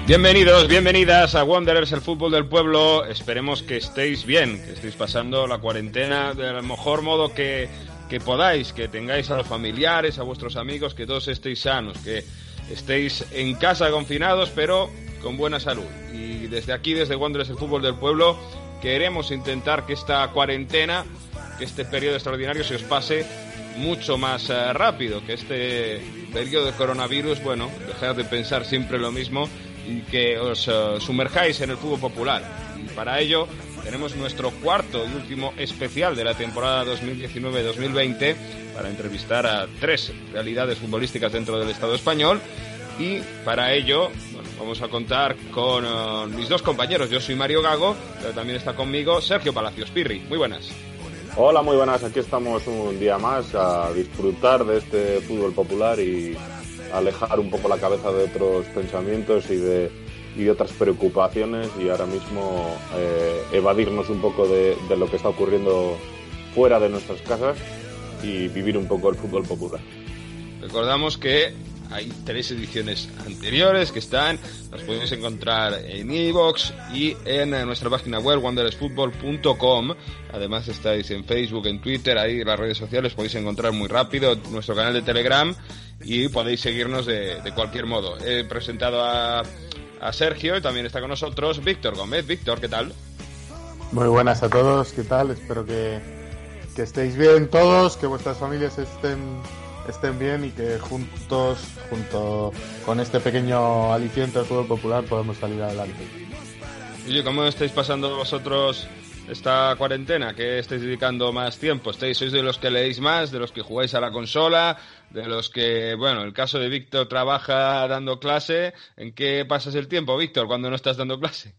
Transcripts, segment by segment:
Bienvenidos, bienvenidas a Wanderers, el fútbol del pueblo. Esperemos que estéis bien, que estéis pasando la cuarentena del mejor modo que podáis, que tengáis a los familiares, a vuestros amigos, que todos estéis sanos, que estéis en casa confinados, pero con buena salud. Y desde aquí, desde Wanderers, el fútbol del pueblo, queremos intentar que esta cuarentena, que este periodo extraordinario se os pase mucho más rápido, que este periodo de coronavirus, bueno, dejad de pensar siempre lo mismo y que os sumerjáis en el fútbol popular. Y para ello tenemos nuestro cuarto y último especial de la temporada 2019-2020 para entrevistar a 3 realidades futbolísticas dentro del Estado español. Y para ello, bueno, vamos a contar con mis 2 compañeros. Yo soy Mario Gago, pero también está conmigo Sergio Palacios. Pirri, muy buenas. Hola, muy buenas. Aquí estamos un día más a disfrutar de este fútbol popular y alejar un poco la cabeza de otros pensamientos y de otras preocupaciones, y ahora mismo evadirnos un poco de lo que está ocurriendo fuera de nuestras casas y vivir un poco el fútbol popular. Recordamos que hay 3 ediciones anteriores que las podéis encontrar en iVoox y en nuestra página web wanderersfootball.com. Además estáis en Facebook, en Twitter, ahí en las redes sociales podéis encontrar muy rápido nuestro canal de Telegram y podéis seguirnos de cualquier modo. He presentado a Sergio y también está con nosotros Víctor Gómez. Víctor, ¿qué tal? Muy buenas a todos, ¿qué tal? Espero que estéis bien todos, que vuestras familias estén bien y que junto con este pequeño aliciente al fútbol popular podemos salir adelante. Oye, ¿cómo estáis pasando vosotros esta cuarentena? ¿Qué estáis dedicando más tiempo? ¿Sois de los que leéis más, de los que jugáis a la consola, de los que, bueno, el caso de Víctor trabaja dando clase? ¿En qué pasas el tiempo, Víctor, cuando no estás dando clase?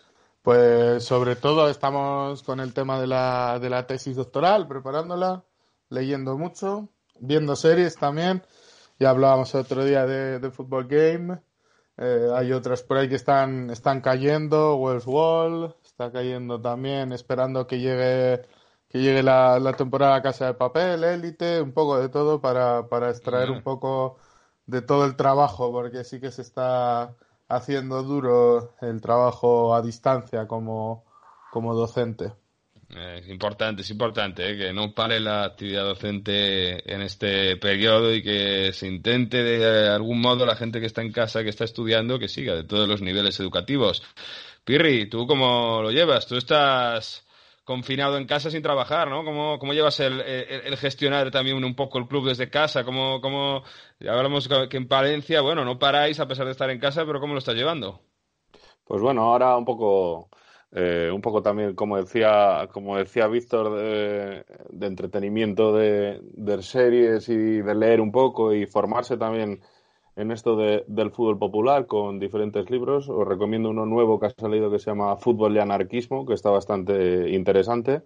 Pues sobre todo estamos con el tema de la tesis doctoral, preparándola, leyendo mucho, viendo series también. Ya hablábamos otro día de Football Game. Hay otras por ahí que están cayendo. Westworld está cayendo también, esperando que llegue la temporada Casa de Papel, Élite, un poco de todo para extraer un poco de todo el trabajo, porque sí que se está haciendo duro el trabajo a distancia como docente. Es importante que no pare la actividad docente en este periodo y que se intente de algún modo la gente que está en casa, que está estudiando, que siga de todos los niveles educativos. Pirri, ¿tú cómo lo llevas? Tú estás confinado en casa sin trabajar, ¿no? ¿Cómo llevas el gestionar también un poco el club desde casa? Ya hablamos que en Palencia, bueno, no paráis a pesar de estar en casa, pero ¿cómo lo estás llevando? Pues bueno, ahora un poco también, como decía Víctor, de entretenimiento de series y de leer un poco y formarse también en esto del fútbol popular con diferentes libros. Os recomiendo uno nuevo que ha salido que se llama Fútbol y Anarquismo, que está bastante interesante.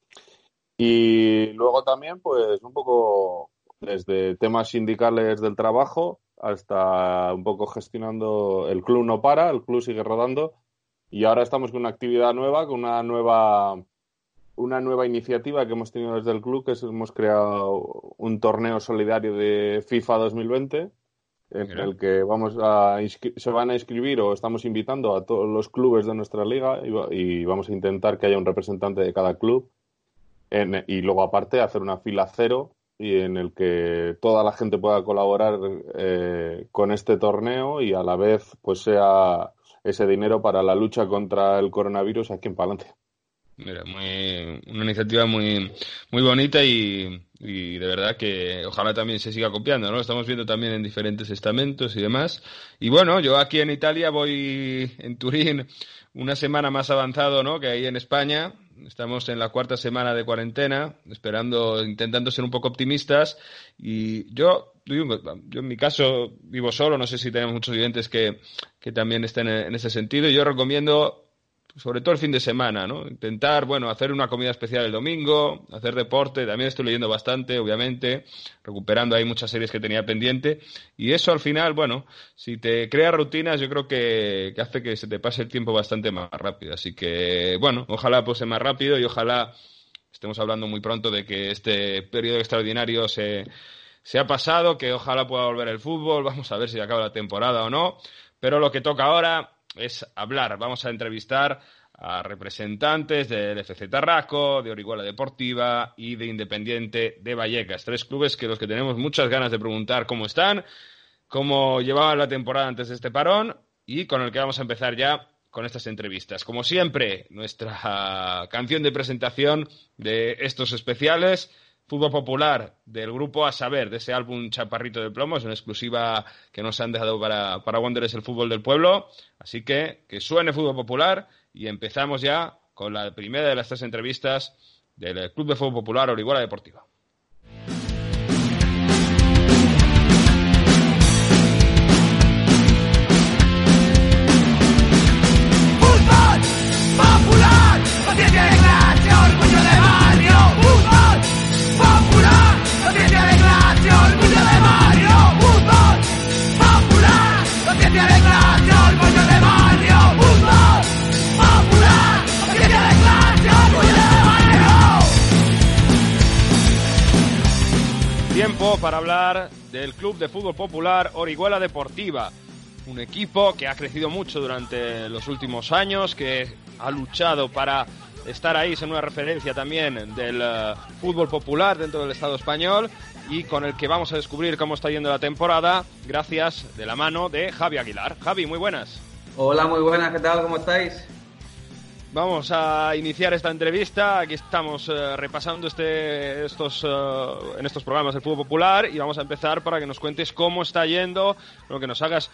Y luego también, pues un poco desde temas sindicales del trabajo hasta un poco gestionando el club no para, el club sigue rodando. Y ahora estamos con una actividad nueva, con una nueva iniciativa que hemos tenido desde el club, que hemos creado un torneo solidario de FIFA 2020, en el que se van a inscribir, o estamos invitando a todos los clubes de nuestra liga y vamos a intentar que haya un representante de cada club. Y luego, aparte, hacer una fila cero y en el que toda la gente pueda colaborar con este torneo y a la vez pues sea ese dinero para la lucha contra el coronavirus aquí en Palencia. Mira, una iniciativa muy, muy bonita y de verdad que ojalá también se siga copiando, ¿no? Lo estamos viendo también en diferentes estamentos y demás. Y bueno, yo aquí en Italia voy en Turín una semana más avanzado, ¿no?, que ahí en España. Estamos en la 4ª semana de cuarentena, intentando ser un poco optimistas. Y yo en mi caso vivo solo, no sé si tenemos muchos oyentes que también estén en ese sentido. Y yo recomiendo, sobre todo el fin de semana, ¿no?, intentar, hacer una comida especial el domingo, hacer deporte. También estoy leyendo bastante, obviamente, recuperando ahí muchas series que tenía pendiente. Y eso al final, si te crea rutinas, yo creo que hace que se te pase el tiempo bastante más rápido. Así que, ojalá pase más rápido y ojalá estemos hablando muy pronto de que este periodo extraordinario se ha pasado, que ojalá pueda volver el fútbol. Vamos a ver si acaba la temporada o no. Pero lo que toca ahora es hablar. Vamos a entrevistar a representantes del FC Tarraco, de Orihuela Deportiva y de Independiente de Vallecas. 3 clubes que los que tenemos muchas ganas de preguntar cómo están, cómo llevaban la temporada antes de este parón y con el que vamos a empezar ya con estas entrevistas. Como siempre, nuestra canción de presentación de estos especiales, Fútbol Popular del grupo A Saber, de ese álbum Chaparrito de Plomo, es una exclusiva que nos han dejado para Wanderers el fútbol del pueblo. Así que suene Fútbol Popular y empezamos ya con la primera de las 3 entrevistas del Club de Fútbol Popular Orihuela Deportiva. Fútbol Popular, conciencia de clase, orgullo de barrio. Fútbol Popular, conciencia de clase, orgullo de barrio. Fútbol Popular, conciencia de clase, orgullo de barrio. Fútbol Popular, conciencia de clase, orgullo de barrio. Tiempo para hablar del Club de Fútbol Popular Orihuela Deportiva. Un equipo que ha crecido mucho durante los últimos años, que ha luchado para estar ahí, ser una referencia también del fútbol popular dentro del Estado español y con el que vamos a descubrir cómo está yendo la temporada gracias de la mano de Javi Aguilar. Javi, muy buenas. Hola, muy buenas, ¿qué tal? ¿Cómo estáis? Vamos a iniciar esta entrevista. Aquí estamos repasando en estos programas del fútbol popular y vamos a empezar para que nos cuentes cómo está yendo, que nos hagas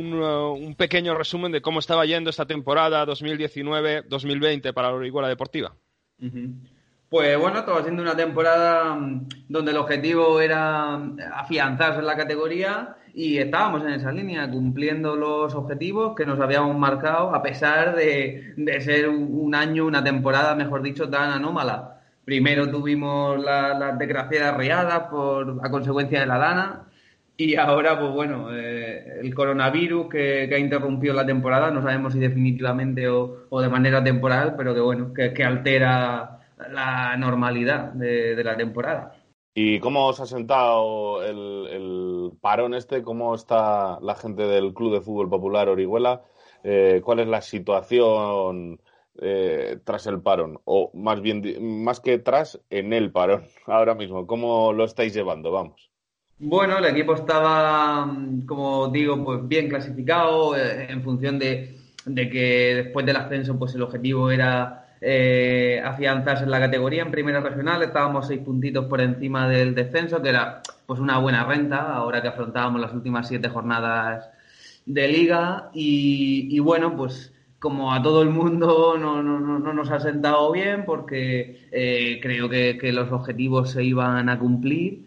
un pequeño resumen de cómo estaba yendo esta temporada 2019-2020 para la Orihuela Deportiva. Uh-huh. Pues bueno, estaba siendo una temporada donde el objetivo era afianzarse en la categoría y estábamos en esa línea, cumpliendo los objetivos que nos habíamos marcado, a pesar de ser un año, una temporada, mejor dicho, tan anómala. Primero tuvimos las desgraciadas riadas a consecuencia de la lana y ahora, pues bueno, el coronavirus que ha interrumpido la temporada, no sabemos si definitivamente o de manera temporal, pero que bueno, que altera la normalidad de la temporada. ¿Y cómo os ha sentado el parón este? ¿Cómo está la gente del Club de Fútbol Popular Orihuela? ¿Cuál es la situación tras el parón? O más bien, más que tras, en el parón ahora mismo. ¿Cómo lo estáis llevando? Vamos. Bueno, el equipo estaba, como digo, pues bien clasificado en función de que después del ascenso pues el objetivo era afianzarse en la categoría. En primera regional estábamos 6 puntitos por encima del descenso, que era pues una buena renta ahora que afrontábamos las últimas 7 jornadas de liga y bueno, pues como a todo el mundo no nos ha sentado bien porque creo que los objetivos se iban a cumplir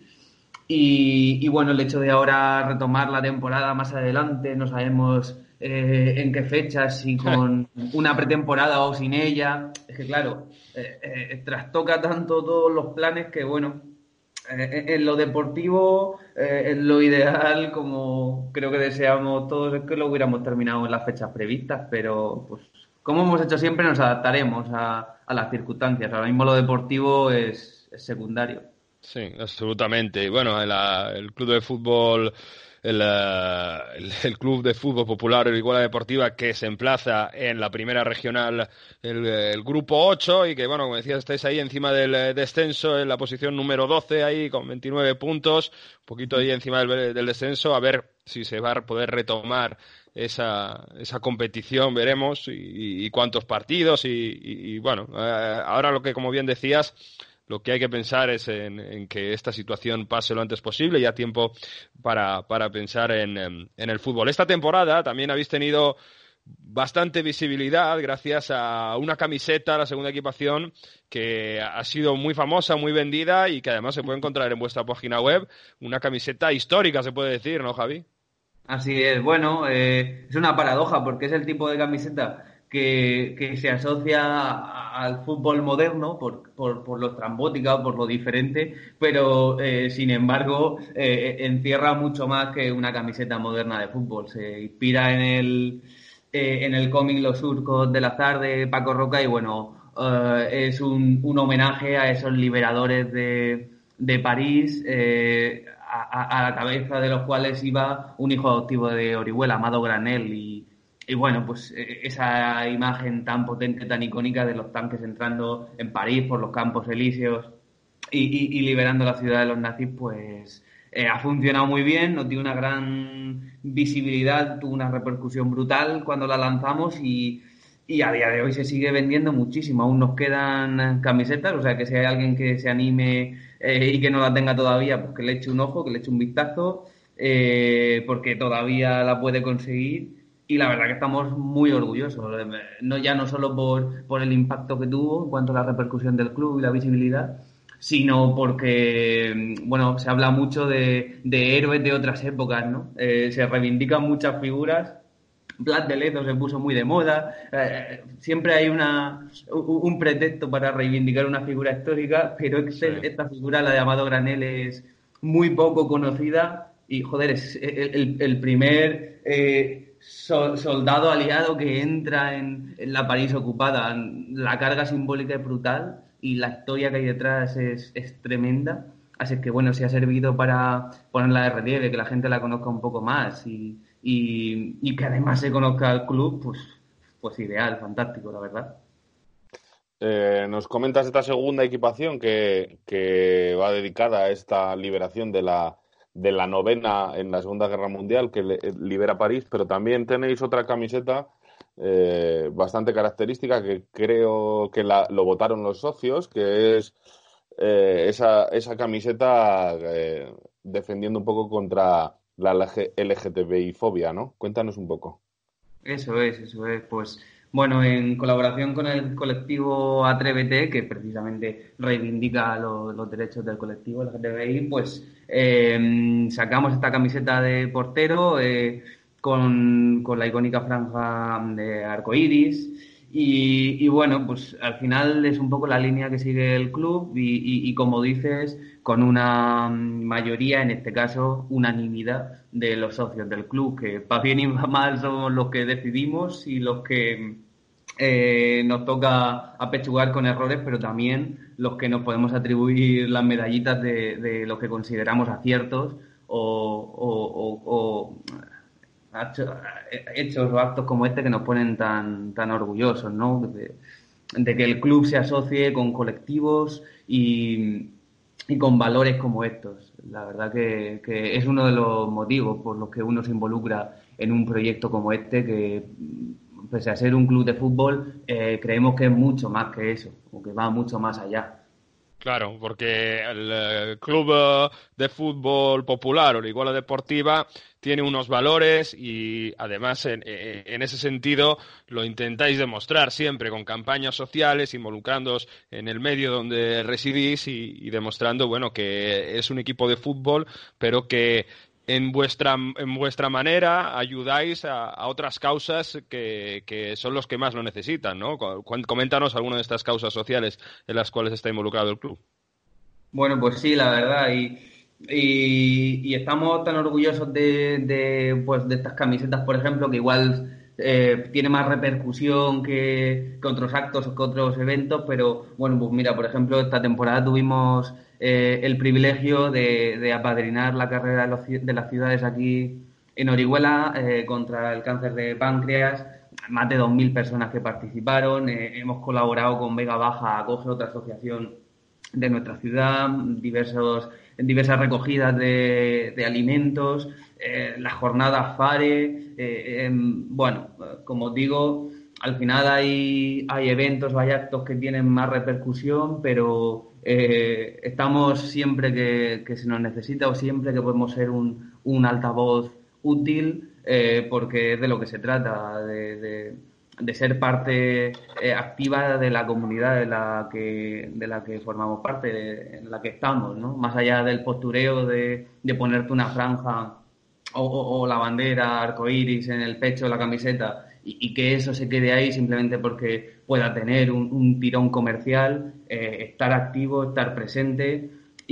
y bueno, el hecho de ahora retomar la temporada más adelante, no sabemos en qué fechas, si con una pretemporada o sin ella. Es que claro, trastoca tanto todos los planes que bueno, en lo deportivo es lo ideal, como creo que deseamos todos, es que lo hubiéramos terminado en las fechas previstas, pero pues como hemos hecho siempre nos adaptaremos a las circunstancias. Ahora mismo lo deportivo es secundario. Sí, absolutamente. Bueno, el club de fútbol el Club de Fútbol Popular Orihuela Deportiva, que se emplaza en la primera regional, el grupo 8, y que, bueno, como decías, estáis ahí encima del descenso, en la posición número 12, ahí con 29 puntos, un poquito ahí encima del descenso, a ver si se va a poder retomar esa competición, veremos, y cuántos partidos, y bueno, ahora lo que, como bien decías, lo que hay que pensar es en que esta situación pase lo antes posible y a tiempo para pensar en el fútbol. Esta temporada también habéis tenido bastante visibilidad gracias a una camiseta, la segunda equipación, que ha sido muy famosa, muy vendida y que además se puede encontrar en vuestra página web. Una camiseta histórica, se puede decir, ¿no, Javi? Así es. Bueno, es una paradoja porque es el tipo de camiseta que se asocia al fútbol moderno por lo estrambótica, por lo diferente, pero sin embargo encierra mucho más que una camiseta moderna de fútbol. Se inspira en el cómic Los Surcos del Azar de Paco Roca y bueno, es un homenaje a esos liberadores de París, a la cabeza de los cuales iba un hijo adoptivo de Orihuela, Amado Granel, y y bueno, pues esa imagen tan potente, tan icónica de los tanques entrando en París por los Campos Elíseos y liberando la ciudad de los nazis, pues ha funcionado muy bien, nos dio una gran visibilidad, tuvo una repercusión brutal cuando la lanzamos y a día de hoy se sigue vendiendo muchísimo. Aún nos quedan camisetas, o sea que si hay alguien que se anime y que no la tenga todavía, pues que le eche un ojo, que le eche un vistazo, porque todavía la puede conseguir. Y la verdad que estamos muy orgullosos, no, ya no solo por el impacto que tuvo en cuanto a la repercusión del club y la visibilidad, sino porque, bueno, se habla mucho de héroes de otras épocas, ¿no? Se reivindican muchas figuras. Blas de Lezo se puso muy de moda. Siempre hay un pretexto para reivindicar una figura histórica, pero esta figura, la de Amado Granell, es muy poco conocida y, joder, es el primer soldado aliado que entra en la París ocupada. La carga simbólica es brutal y la historia que hay detrás es tremenda. Así que, bueno, si ha servido para ponerla de relieve, que la gente la conozca un poco más y que además se conozca el club, pues ideal, fantástico, la verdad. Nos comentas esta segunda equipación que va dedicada a esta liberación de la novena en la Segunda Guerra Mundial, que libera París, pero también tenéis otra camiseta bastante característica que creo que lo votaron los socios, que es esa camiseta defendiendo un poco contra la LGTBI-fobia, ¿no? Cuéntanos un poco. Eso es. Pues bueno, en colaboración con el colectivo Atrévete, que precisamente reivindica los derechos del colectivo LGTBI, pues sacamos esta camiseta de portero con la icónica franja de arcoiris. Y bueno, pues al final es un poco la línea que sigue el club y como dices, con una mayoría, en este caso, unanimidad de los socios del club, que para bien y para mal somos los que decidimos y los que nos toca apechugar con errores, pero también los que nos podemos atribuir las medallitas de los que consideramos aciertos o hechos o actos como este que nos ponen tan orgullosos, ¿no? De que el club se asocie con colectivos y con valores como estos. La verdad que es uno de los motivos por los que uno se involucra en un proyecto como este, que pese a ser un club de fútbol, creemos que es mucho más que eso, o que va mucho más allá. Claro, porque el club de fútbol popular o la Iguala Deportiva tiene unos valores y además en ese sentido lo intentáis demostrar siempre con campañas sociales, involucrándoos en el medio donde residís y demostrando, bueno, que es un equipo de fútbol, pero que en vuestra manera ayudáis a otras causas que son los que más lo necesitan, ¿no? Coméntanos alguna de estas causas sociales en las cuales está involucrado el club. Bueno, pues sí, la verdad, y estamos tan orgullosos pues, de estas camisetas, por ejemplo, que igual tiene más repercusión que otros actos o que otros eventos, pero bueno, pues mira, por ejemplo, esta temporada tuvimos el privilegio de apadrinar la carrera de las ciudades aquí en Orihuela contra el cáncer de páncreas. Más de 2.000 personas que participaron. Hemos colaborado con Vega Baja, Acoge, otra asociación de nuestra ciudad, diversas recogidas de alimentos, las jornadas FARE. Bueno, como os digo, al final hay eventos o hay actos que tienen más repercusión, pero estamos siempre que se nos necesita o siempre que podemos ser un altavoz útil, porque es de lo que se trata, de ser parte activa de la comunidad de la que formamos parte, en la que estamos, ¿no? Más allá del postureo de ponerte una franja o la bandera arcoíris en el pecho de la camiseta y que eso se quede ahí simplemente porque pueda tener un tirón comercial, estar activo, estar presente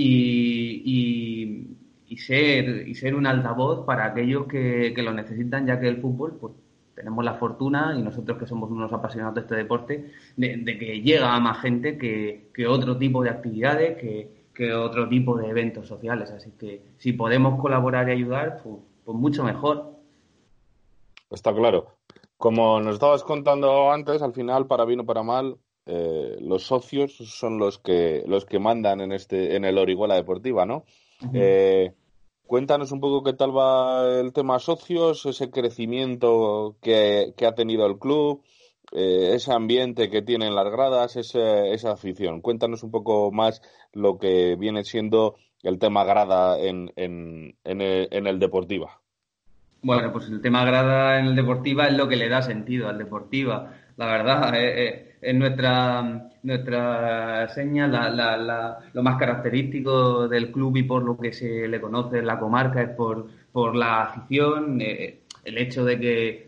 y ser un altavoz para aquellos que lo necesitan, ya que el fútbol, pues tenemos la fortuna, y nosotros que somos unos apasionados de este deporte, de que llega a más gente que otro tipo de actividades, que otro tipo de eventos sociales. Así que si podemos colaborar y ayudar, pues mucho mejor. Está claro. Como nos estabas contando antes, al final, para bien o para mal, los socios son los que mandan en el Orihuela Deportiva, ¿no? Uh-huh. Cuéntanos un poco qué tal va el tema socios, ese crecimiento que ha tenido el club, ese ambiente que tienen las gradas, esa afición. Cuéntanos un poco más lo que viene siendo el tema grada en el Deportiva. Bueno, pues el tema grada en el Deportiva es lo que le da sentido al Deportiva. La verdad, es nuestra seña, lo más característico del club y por lo que se le conoce en la comarca es por la afición. El hecho de que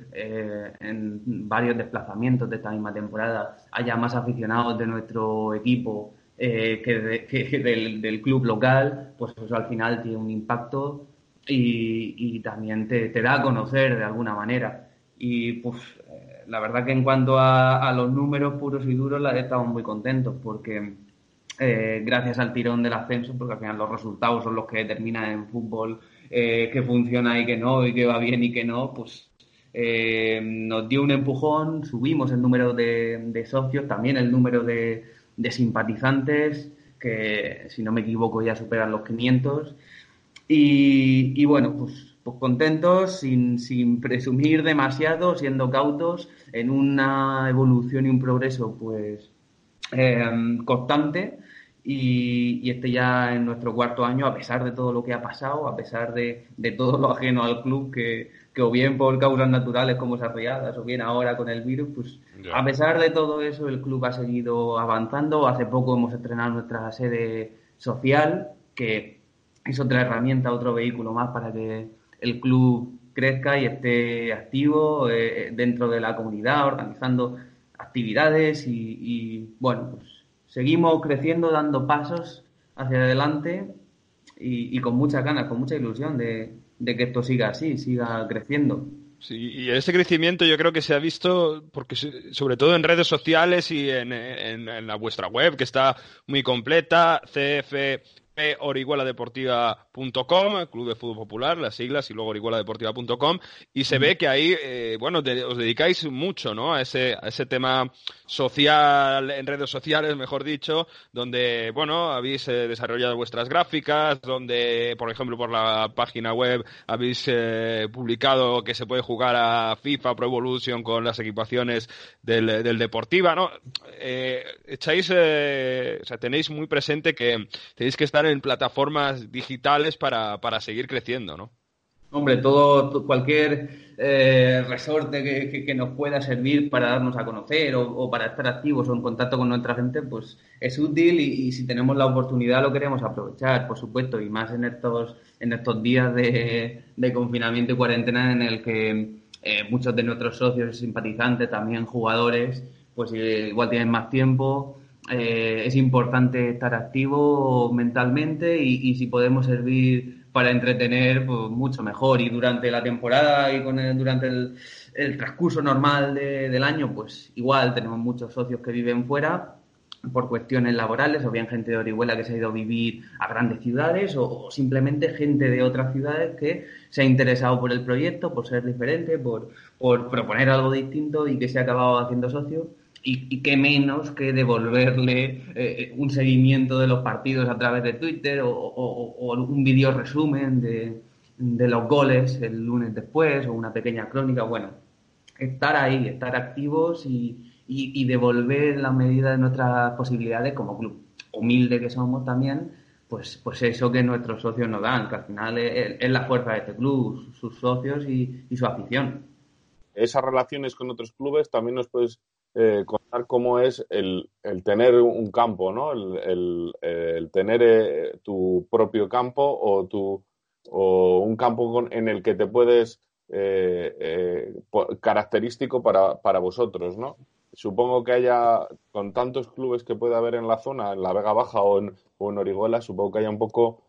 en varios desplazamientos de esta misma temporada haya más aficionados de nuestro equipo que del club local, pues eso al final tiene un impacto y también te da a conocer de alguna manera. Y pues la verdad que en cuanto a los números puros y duros, estamos muy contentos porque gracias al tirón del ascenso, porque al final los resultados son los que determinan en fútbol que funciona y que no, y que va bien y que no, pues nos dio un empujón, subimos el número de socios, también el número de simpatizantes, que si no me equivoco ya superan los 500. Y bueno, pues contentos, sin presumir demasiado, siendo cautos, en una evolución y un progreso pues constante. Y este ya en nuestro cuarto año, a pesar de todo lo que ha pasado, a pesar de todo lo ajeno al club, que o bien por causas naturales como esas riadas, o bien ahora con el virus, pues Ya. a pesar de todo eso, el club ha seguido avanzando. Hace poco hemos estrenado nuestra sede social, que es otra herramienta, otro vehículo más para que el club crezca y esté activo dentro de la comunidad, organizando actividades y bueno, pues seguimos creciendo, dando pasos hacia adelante y con muchas ganas, con mucha ilusión de que esto siga así, siga creciendo. Sí, y ese crecimiento yo creo que se ha visto porque sobre todo en redes sociales y en la vuestra web, que está muy completa, cfporigueladeportiva.com, el Club de Fútbol Popular, las siglas, y luego origueladeportiva.com, y se ve que ahí, bueno, os dedicáis mucho, ¿no? A ese tema social, en redes sociales, mejor dicho, donde, bueno, habéis desarrollado vuestras gráficas, donde, por ejemplo, por la página web habéis publicado que se puede jugar a FIFA Pro Evolution con las equipaciones del Deportiva, ¿no? O sea, tenéis muy presente que tenéis que estar en plataformas digitales para seguir creciendo, ¿no? Hombre, cualquier resorte que nos pueda servir para darnos a conocer o para estar activos o en contacto con nuestra gente, pues es útil y si tenemos la oportunidad lo queremos aprovechar, por supuesto, y más en estos días de confinamiento y cuarentena en el que muchos de nuestros socios y simpatizantes, también jugadores, pues igual tienen más tiempo. Es importante estar activo mentalmente y si podemos servir para entretener, pues mucho mejor. Y durante la temporada y durante el transcurso normal del año, pues igual tenemos muchos socios que viven fuera por cuestiones laborales, o bien gente de Orihuela que se ha ido a vivir a grandes ciudades, o simplemente gente de otras ciudades que se ha interesado por el proyecto, por ser diferente, por proponer algo distinto y que se ha acabado haciendo socio. Y qué menos que devolverle un seguimiento de los partidos a través de Twitter o un vídeo resumen de los goles el lunes después o una pequeña crónica. Bueno, estar ahí, estar activos y devolver la medida de nuestras posibilidades como club. Humilde que somos también, pues eso que nuestros socios nos dan, que al final es la fuerza de este club, sus socios y su afición. Esas relaciones con otros clubes también nos puedes contar cómo es el tener un campo, ¿no? El tener tu propio campo o un campo en el que te puedes característico para vosotros, ¿no? Supongo que haya, con tantos clubes que puede haber en la zona, en la Vega Baja o en Orihuela, supongo que haya un poco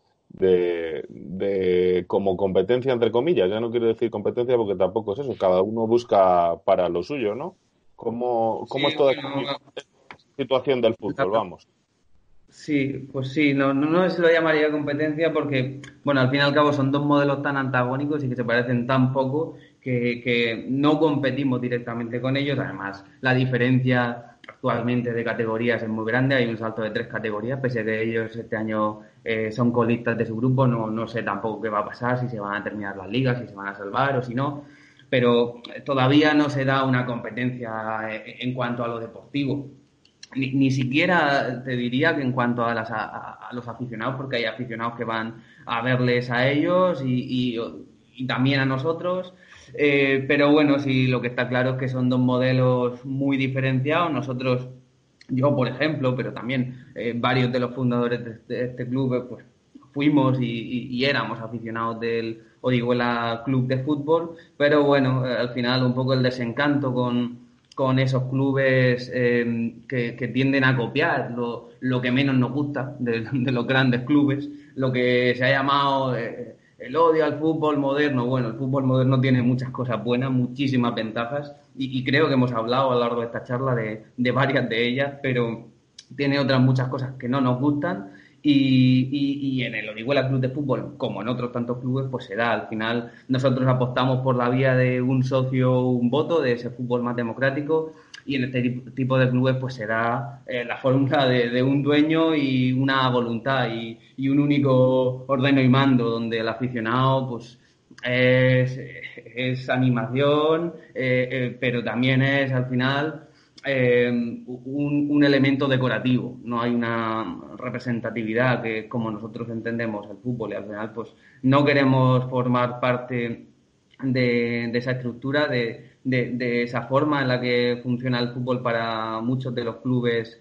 de como competencia entre comillas. Ya no quiero decir competencia porque tampoco es eso, cada uno busca para lo suyo, ¿no? ¿Cómo es toda esta situación del fútbol? Vamos. Sí, pues sí, no se lo llamaría competencia porque, bueno, al fin y al cabo son dos modelos tan antagónicos y que se parecen tan poco que no competimos directamente con ellos. Además, la diferencia actualmente de categorías es muy grande, hay un salto de 3 categorías, pese a que ellos este año son colistas de su grupo, no sé tampoco qué va a pasar, si se van a terminar las ligas, si se van a salvar o si no, pero todavía no se da una competencia en cuanto a lo deportivo. Ni siquiera te diría que en cuanto a los aficionados, porque hay aficionados que van a verles a ellos y también a nosotros, pero bueno, sí, lo que está claro es que son 2 modelos muy diferenciados. Nosotros, yo por ejemplo, pero también varios de los fundadores de este club, pues fuimos y éramos aficionados del Orihuela Club de Fútbol, pero bueno, al final un poco el desencanto con esos clubes que tienden a copiar lo que menos nos gusta de los grandes clubes, lo que se ha llamado el odio al fútbol moderno. Bueno, el fútbol moderno tiene muchas cosas buenas, muchísimas ventajas, y creo que hemos hablado a lo largo de esta charla de varias de ellas, pero tiene otras muchas cosas que no nos gustan. Y en el Orihuela Club de Fútbol, como en otros tantos clubes, pues se da. Al final nosotros apostamos por la vía de un socio, un voto, de ese fútbol más democrático, y en este tipo de clubes pues se da la fórmula de un dueño y una voluntad y un único ordeno y mando, donde el aficionado pues es animación, pero también es al final un elemento decorativo. No hay una representatividad que, como nosotros entendemos el fútbol, y al final pues no queremos formar parte de esa estructura, de esa forma en la que funciona el fútbol para muchos de los clubes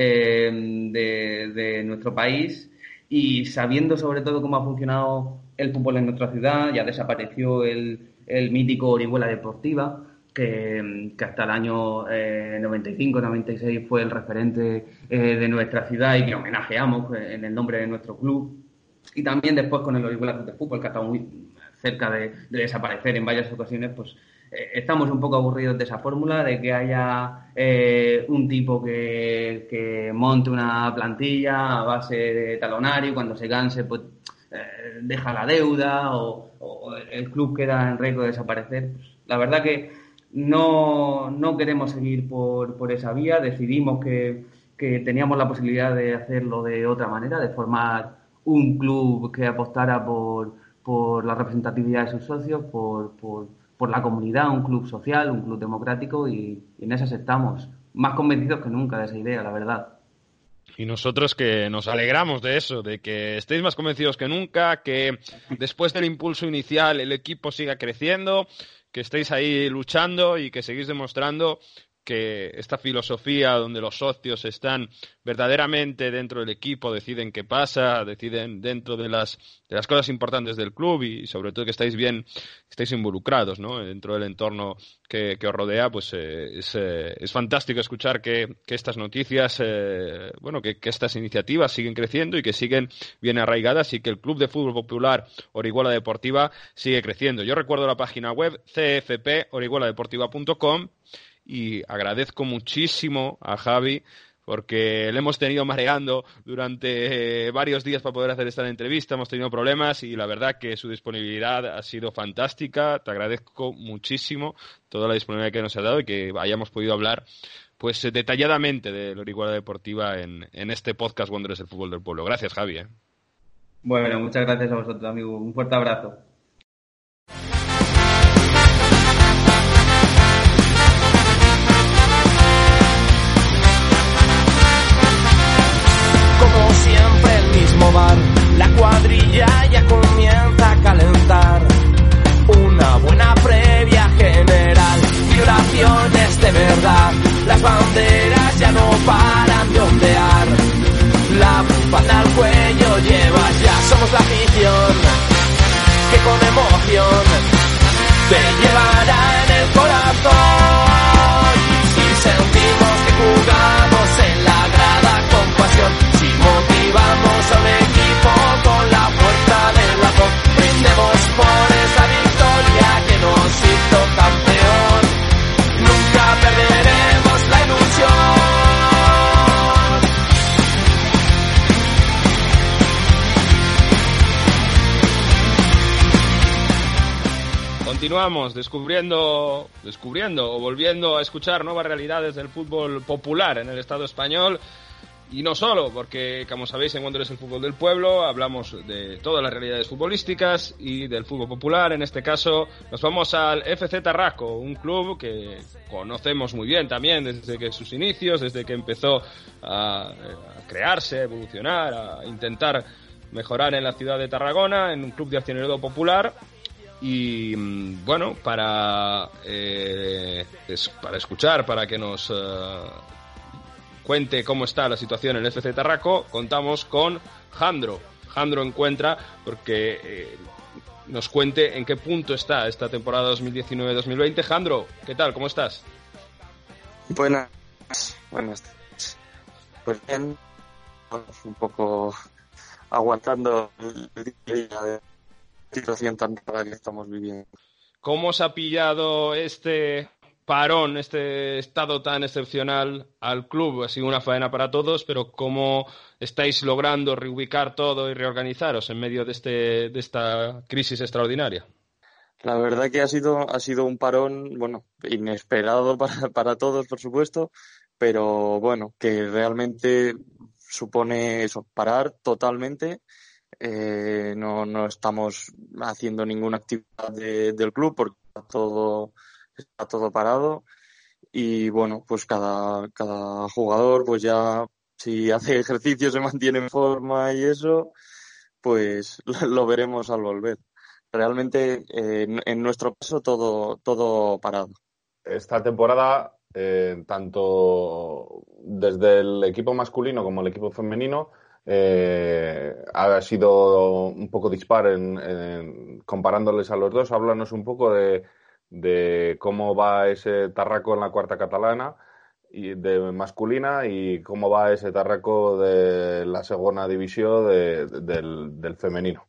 de nuestro país, y sabiendo sobre todo cómo ha funcionado el fútbol en nuestra ciudad. Ya desapareció el mítico Orihuela Deportiva, que hasta el año 95-96 fue el referente de nuestra ciudad y que homenajeamos en el nombre de nuestro club. Y también después con el Orihuela Club de Fútbol, que ha estado muy cerca de desaparecer en varias ocasiones, pues estamos un poco aburridos de esa fórmula, de que haya un tipo que monte una plantilla a base de talonario, cuando se canse pues deja la deuda o el club queda en riesgo de desaparecer. Pues, la verdad que no queremos seguir por esa vía. Decidimos que teníamos la posibilidad de hacerlo de otra manera, de formar un club que apostara por la representatividad de sus socios, por la comunidad, un club social, un club democrático, y en esas estamos, más convencidos que nunca de esa idea, la verdad. Y nosotros que nos alegramos de eso, de que estéis más convencidos que nunca, que después del impulso inicial el equipo siga creciendo, que estéis ahí luchando y que seguís demostrando que esta filosofía donde los socios están verdaderamente dentro del equipo, deciden qué pasa, deciden dentro de las cosas importantes del club, y sobre todo que estáis involucrados, ¿no?, dentro del entorno que os rodea, pues es fantástico escuchar que estas noticias, que estas iniciativas siguen creciendo y que siguen bien arraigadas, y que el Club de Fútbol Popular Orihuela Deportiva sigue creciendo. Yo recuerdo la página web cfporigueladeportiva.com, y agradezco muchísimo a Javi, porque le hemos tenido mareando durante varios días para poder hacer esta entrevista. Hemos tenido problemas y la verdad que su disponibilidad ha sido fantástica. Te agradezco muchísimo toda la disponibilidad que nos ha dado y que hayamos podido hablar pues detalladamente de la Orihuela Deportiva en este podcast Wanderers del Fútbol del Pueblo. Gracias, Javi. Bueno, muchas gracias a vosotros, amigo. Un fuerte abrazo. Siempre el mismo bar, la cuadrilla ya comienza a calentar. Una buena previa general, violaciones de verdad. Las banderas ya no paran de ondear. La bufanda al cuello llevas ya, somos la afición que con emoción te llevará en el corazón. Si sentimos que jugamos en la grada con pasión, si motivamos a un equipo con la fuerza del razón, brindemos por esa victoria que nos hizo campeón. Nunca perderemos la continuamos descubriendo o volviendo a escuchar nuevas realidades del fútbol popular en el Estado español. Y no solo, porque como sabéis en Cuando es el fútbol del pueblo hablamos de todas las realidades futbolísticas y del fútbol popular. En este caso nos vamos al FC Tarraco, un club que conocemos muy bien también desde que sus inicios, desde que empezó a crearse, a evolucionar, a intentar mejorar en la ciudad de Tarragona, en un club de accionariado popular. Y bueno, para escuchar, para que nos cuente cómo está la situación en el FC Tarraco, contamos con Jandro. Jandro Encuentra, porque nos cuente en qué punto está esta temporada 2019-2020. Jandro, ¿qué tal? ¿Cómo estás? Buenas. Pues bien, un poco aguantando el día de situación tan rara que estamos viviendo. ¿Cómo os ha pillado este parón, este estado tan excepcional al club? Ha sido una faena para todos, pero ¿cómo estáis logrando reubicar todo y reorganizaros en medio de esta crisis extraordinaria? La verdad que ha sido un parón, bueno, inesperado para todos, por supuesto, pero bueno, que realmente supone eso, parar totalmente. No estamos haciendo ninguna actividad del club porque está todo parado y bueno, pues cada jugador pues ya si hace ejercicio se mantiene en forma y eso, pues lo veremos al volver. Realmente en nuestro caso todo parado. Esta temporada, tanto desde el equipo masculino como el equipo femenino, ha sido un poco dispar comparándoles a los dos. Háblanos un poco de cómo va ese Tarraco en la cuarta catalana y de masculina y cómo va ese Tarraco de la segunda división del femenino.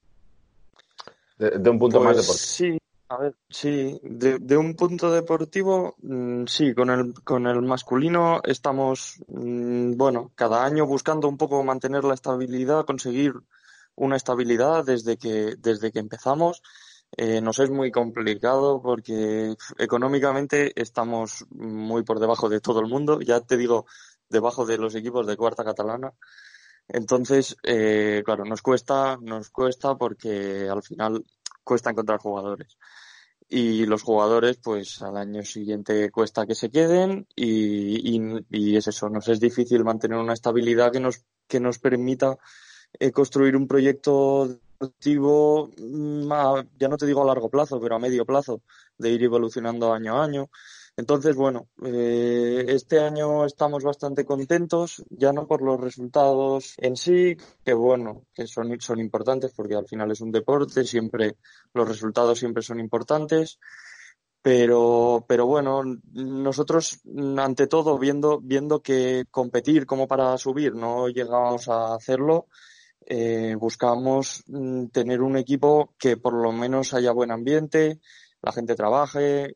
De un punto Pues más deportivo. Sí, a ver, sí, de un punto deportivo, sí, con el masculino estamos, bueno, cada año buscando un poco mantener la estabilidad, conseguir una estabilidad desde que empezamos. Nos es muy complicado porque económicamente estamos muy por debajo de todo el mundo, ya te digo, debajo de los equipos de cuarta catalana. Entonces, claro, nos cuesta porque al final cuesta encontrar jugadores. Y los jugadores, pues al año siguiente cuesta que se queden y es eso, nos es difícil mantener una estabilidad que nos permita construir un proyecto deportivo, ya no te digo a largo plazo, pero a medio plazo, de ir evolucionando año a año. Entonces, bueno, este año estamos bastante contentos, ya no por los resultados en sí, que bueno, que son importantes porque al final es un deporte, los resultados siempre son importantes, pero bueno, nosotros ante todo viendo que competir como para subir no llegamos a hacerlo, buscamos tener un equipo que por lo menos haya buen ambiente, la gente trabaje,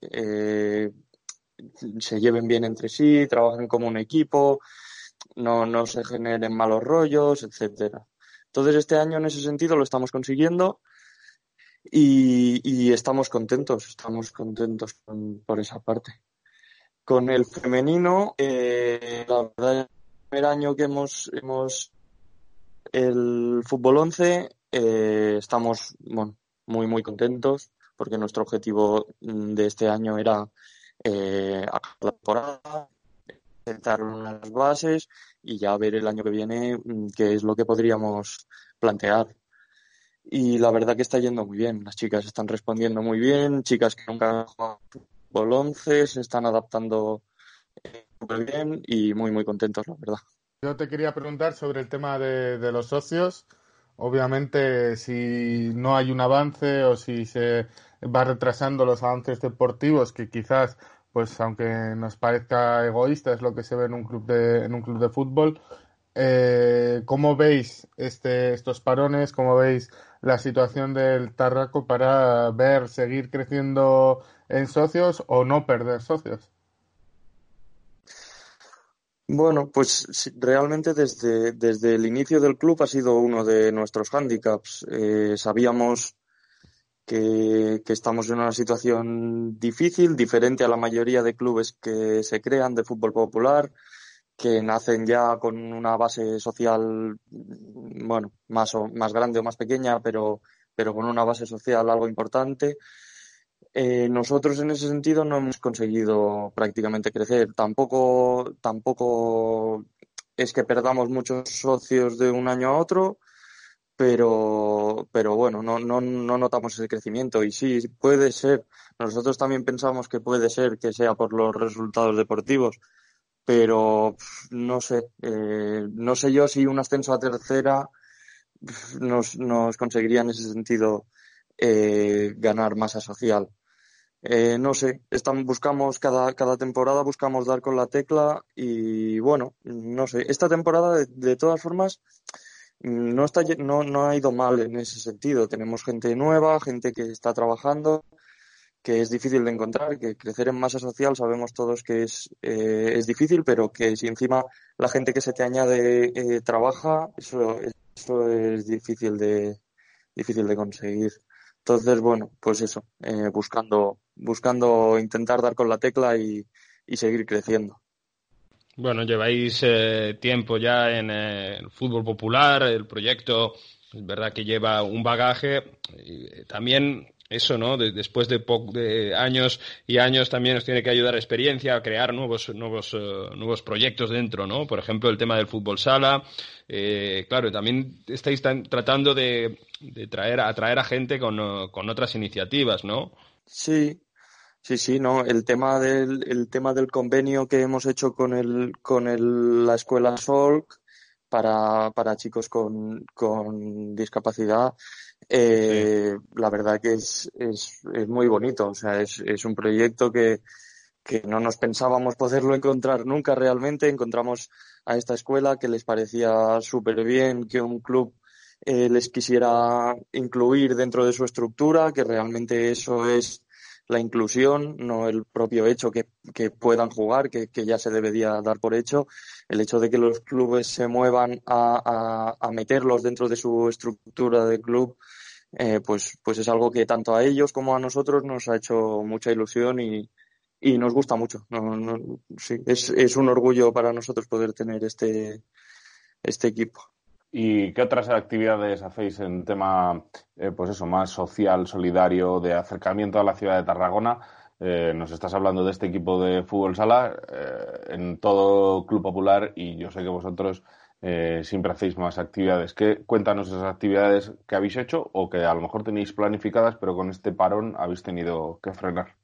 se lleven bien entre sí, trabajen como un equipo, no se generen malos rollos, etcétera. Entonces este año en ese sentido lo estamos consiguiendo y estamos contentos por esa parte. Con el femenino, la verdad, el primer año que hemos el fútbol 11, estamos bueno, muy contentos porque nuestro objetivo de este año era acabar la temporada, sentar unas bases y ya ver el año que viene qué es lo que podríamos plantear. Y la verdad que está yendo muy bien. Las chicas están respondiendo muy bien, chicas que nunca han jugado fútbol 11 se están adaptando muy bien y muy contentos, la verdad. Yo te quería preguntar sobre el tema de los socios. Obviamente, si no hay un avance o si se va retrasando los avances deportivos, que quizás, pues aunque nos parezca egoísta, es lo que se ve en un club de fútbol. ¿Cómo veis estos parones? ¿Cómo veis la situación del Tarraco para seguir creciendo en socios o no perder socios? Bueno, pues sí, realmente desde el inicio del club ha sido uno de nuestros hándicaps. Sabíamos que estamos en una situación difícil, diferente a la mayoría de clubes que se crean de fútbol popular, que nacen ya con una base social, bueno, más grande o más pequeña, pero con una base social algo importante. Nosotros en ese sentido no hemos conseguido prácticamente crecer. Tampoco es que perdamos muchos socios de un año a otro, pero bueno, no notamos ese crecimiento. Y sí, puede ser. Nosotros también pensamos que puede ser que sea por los resultados deportivos, pero no sé. No sé yo si un ascenso a tercera nos conseguiría en ese sentido ganar masa social. No sé, buscamos cada temporada, buscamos dar con la tecla y bueno, no sé, esta temporada de todas formas no ha ido mal en ese sentido. Tenemos gente nueva, gente que está trabajando, que es difícil de encontrar, que crecer en masa social sabemos todos que es difícil, pero que si encima la gente que se te añade trabaja, eso es difícil de conseguir. Entonces, bueno, pues eso, buscando intentar dar con la tecla y seguir creciendo. Bueno, lleváis tiempo ya en el fútbol popular, el proyecto, es verdad que lleva un bagaje, y también eso, ¿no? Después de años y años también os tiene que ayudar experiencia a crear nuevos proyectos dentro, ¿no? Por ejemplo, el tema del fútbol sala, claro, también estáis tratando de atraer a gente con otras iniciativas, ¿no? Sí. Sí, no, el tema del convenio que hemos hecho con la escuela Solc para chicos con discapacidad, la verdad que es muy bonito. O sea, es un proyecto que no nos pensábamos poderlo encontrar nunca realmente. Encontramos a esta escuela que les parecía súper bien que un club les quisiera incluir dentro de su estructura, que realmente eso es la inclusión, no el propio hecho que puedan jugar, que ya se debería dar por hecho. El hecho de que los clubes se muevan a meterlos dentro de su estructura de club, pues es algo que tanto a ellos como a nosotros nos ha hecho mucha ilusión y nos gusta mucho. Sí, es un orgullo para nosotros poder tener este equipo. ¿Y qué otras actividades hacéis en tema, pues eso, más social, solidario, de acercamiento a la ciudad de Tarragona? Nos estás hablando de este equipo de fútbol sala en todo Club Popular y yo sé que vosotros siempre hacéis más actividades. Cuéntanos esas actividades que habéis hecho o que a lo mejor tenéis planificadas, pero con este parón habéis tenido que frenar.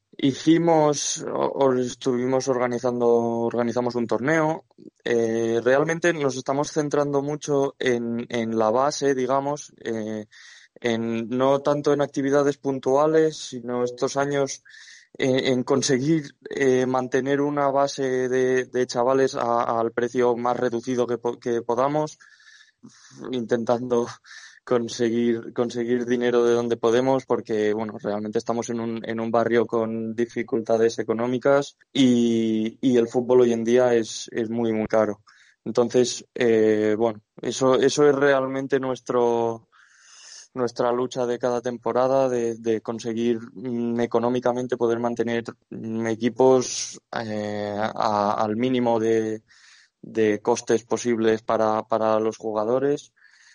Organizamos un torneo. Realmente nos estamos centrando mucho en la base, digamos, no tanto en actividades puntuales, sino estos años en conseguir mantener una base de chavales al precio más reducido que podamos, intentando conseguir dinero de donde podemos, porque bueno, realmente estamos en un barrio con dificultades económicas y el fútbol hoy en día es muy muy caro. Entonces, bueno, eso es realmente nuestra lucha de cada temporada, de conseguir económicamente poder mantener equipos al mínimo de costes posibles para los jugadores.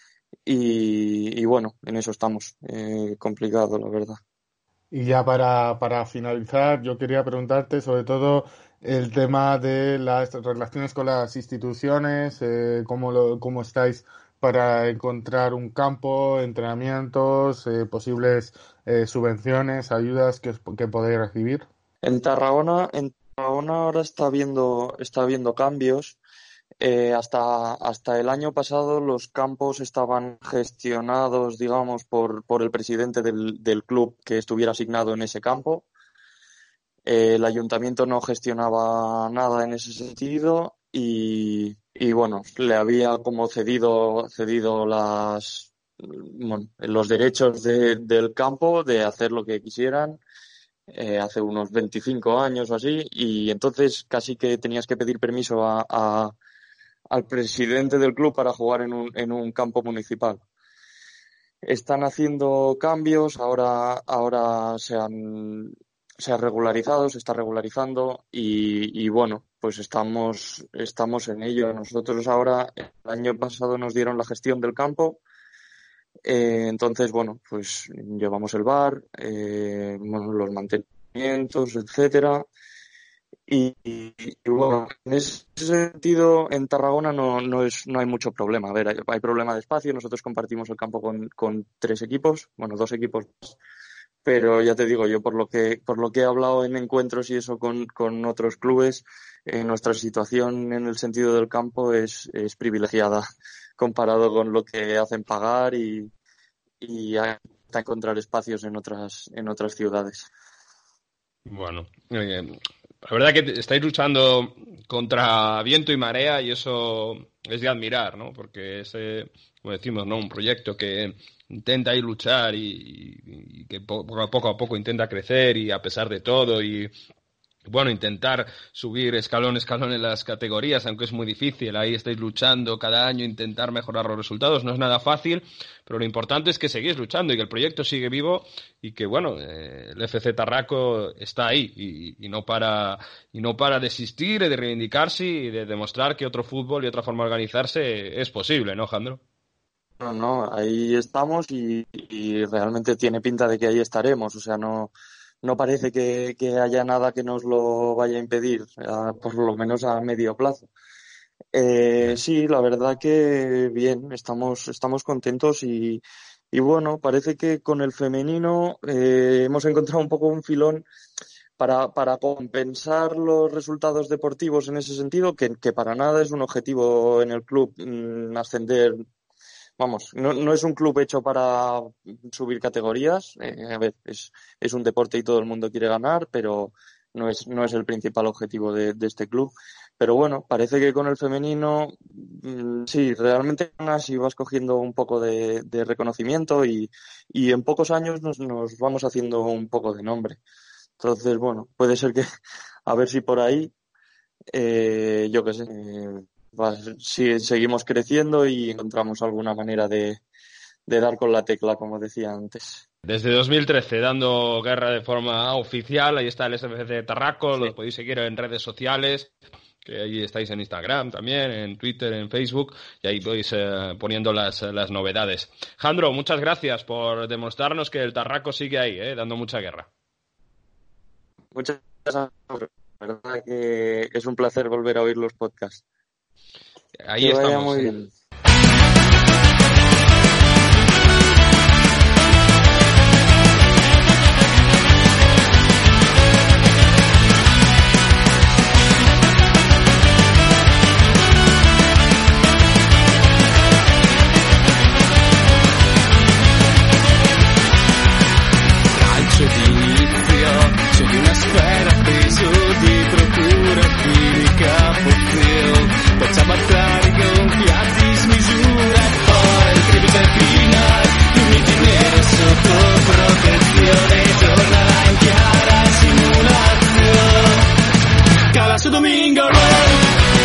Y bueno, en eso estamos. Complicado, la verdad. Y ya para finalizar, yo quería preguntarte sobre todo el tema de las relaciones con las instituciones, cómo estáis para encontrar un campo, entrenamientos, posibles subvenciones, ayudas que podéis recibir. En Tarragona ahora está habiendo cambios. Hasta el año pasado los campos estaban gestionados, digamos, por el presidente del club que estuviera asignado en ese campo. El ayuntamiento no gestionaba nada en ese sentido y bueno, le había como cedido los derechos del campo de hacer lo que quisieran hace unos 25 años o así, y entonces casi que tenías que pedir permiso al presidente del club para jugar en un campo municipal. están haciendo cambios, ahora se ha regularizado, se está regularizando y bueno, pues estamos en ello. Nosotros ahora, el año pasado nos dieron la gestión del campo, entonces bueno, pues llevamos el bar, bueno, los mantenimientos, etcétera. Y bueno, en ese sentido, en Tarragona no hay mucho problema. A ver, hay problema de espacio. Nosotros compartimos el campo con 3 equipos, bueno, 2 equipos más. Pero ya te digo, yo por lo que he hablado en encuentros y eso con otros clubes, nuestra situación en el sentido del campo es privilegiada comparado con lo que hacen pagar y hasta encontrar espacios en otras ciudades. Bueno, la verdad que estáis luchando contra viento y marea y eso es de admirar, ¿no? Porque es, como decimos, ¿no? Un proyecto que intenta ir luchar y que poco a poco intenta crecer y a pesar de todo y bueno, intentar subir escalón en las categorías, aunque es muy difícil. Ahí estáis luchando cada año, intentar mejorar los resultados. No es nada fácil, pero lo importante es que seguís luchando y que el proyecto sigue vivo y que, bueno, el FC Tarraco está ahí y no para de existir, de reivindicarse y de demostrar que otro fútbol y otra forma de organizarse es posible, ¿no, Jandro? No, ahí estamos y realmente tiene pinta de que ahí estaremos. O sea, no parece que haya nada que nos lo vaya a impedir, por lo menos a medio plazo. Sí, la verdad que bien, estamos contentos y bueno, parece que con el femenino hemos encontrado un poco un filón para compensar los resultados deportivos en ese sentido, que para nada es un objetivo en el club ascender. Vamos, no es un club hecho para subir categorías. A ver, es un deporte y todo el mundo quiere ganar, pero no es el principal objetivo de este club. Pero bueno, parece que con el femenino, sí, realmente así vas cogiendo un poco de reconocimiento y en pocos años nos vamos haciendo un poco de nombre. Entonces, bueno, puede ser que, a ver si por ahí, yo qué sé, si seguimos creciendo y encontramos alguna manera de dar con la tecla, como decía antes. Desde 2013, dando guerra de forma oficial, ahí está el SFC Tarraco, Sí. Lo podéis seguir en redes sociales, que ahí estáis en Instagram también, en Twitter, en Facebook, y ahí podéis poniendo las novedades. Jandro, muchas gracias por demostrarnos que el Tarraco sigue ahí, dando mucha guerra. Muchas gracias, la verdad que es un placer volver a oír los podcasts. Ahí que vaya estamos. muy bien. Calcio d'inizio, c'è di una sfera preso di procura chimica Popil, faccia battare gonfiati smisura e poi il tribute final, limiti nero sotto protezione, tornerà in chiara simulazione, cala su Domingo Road,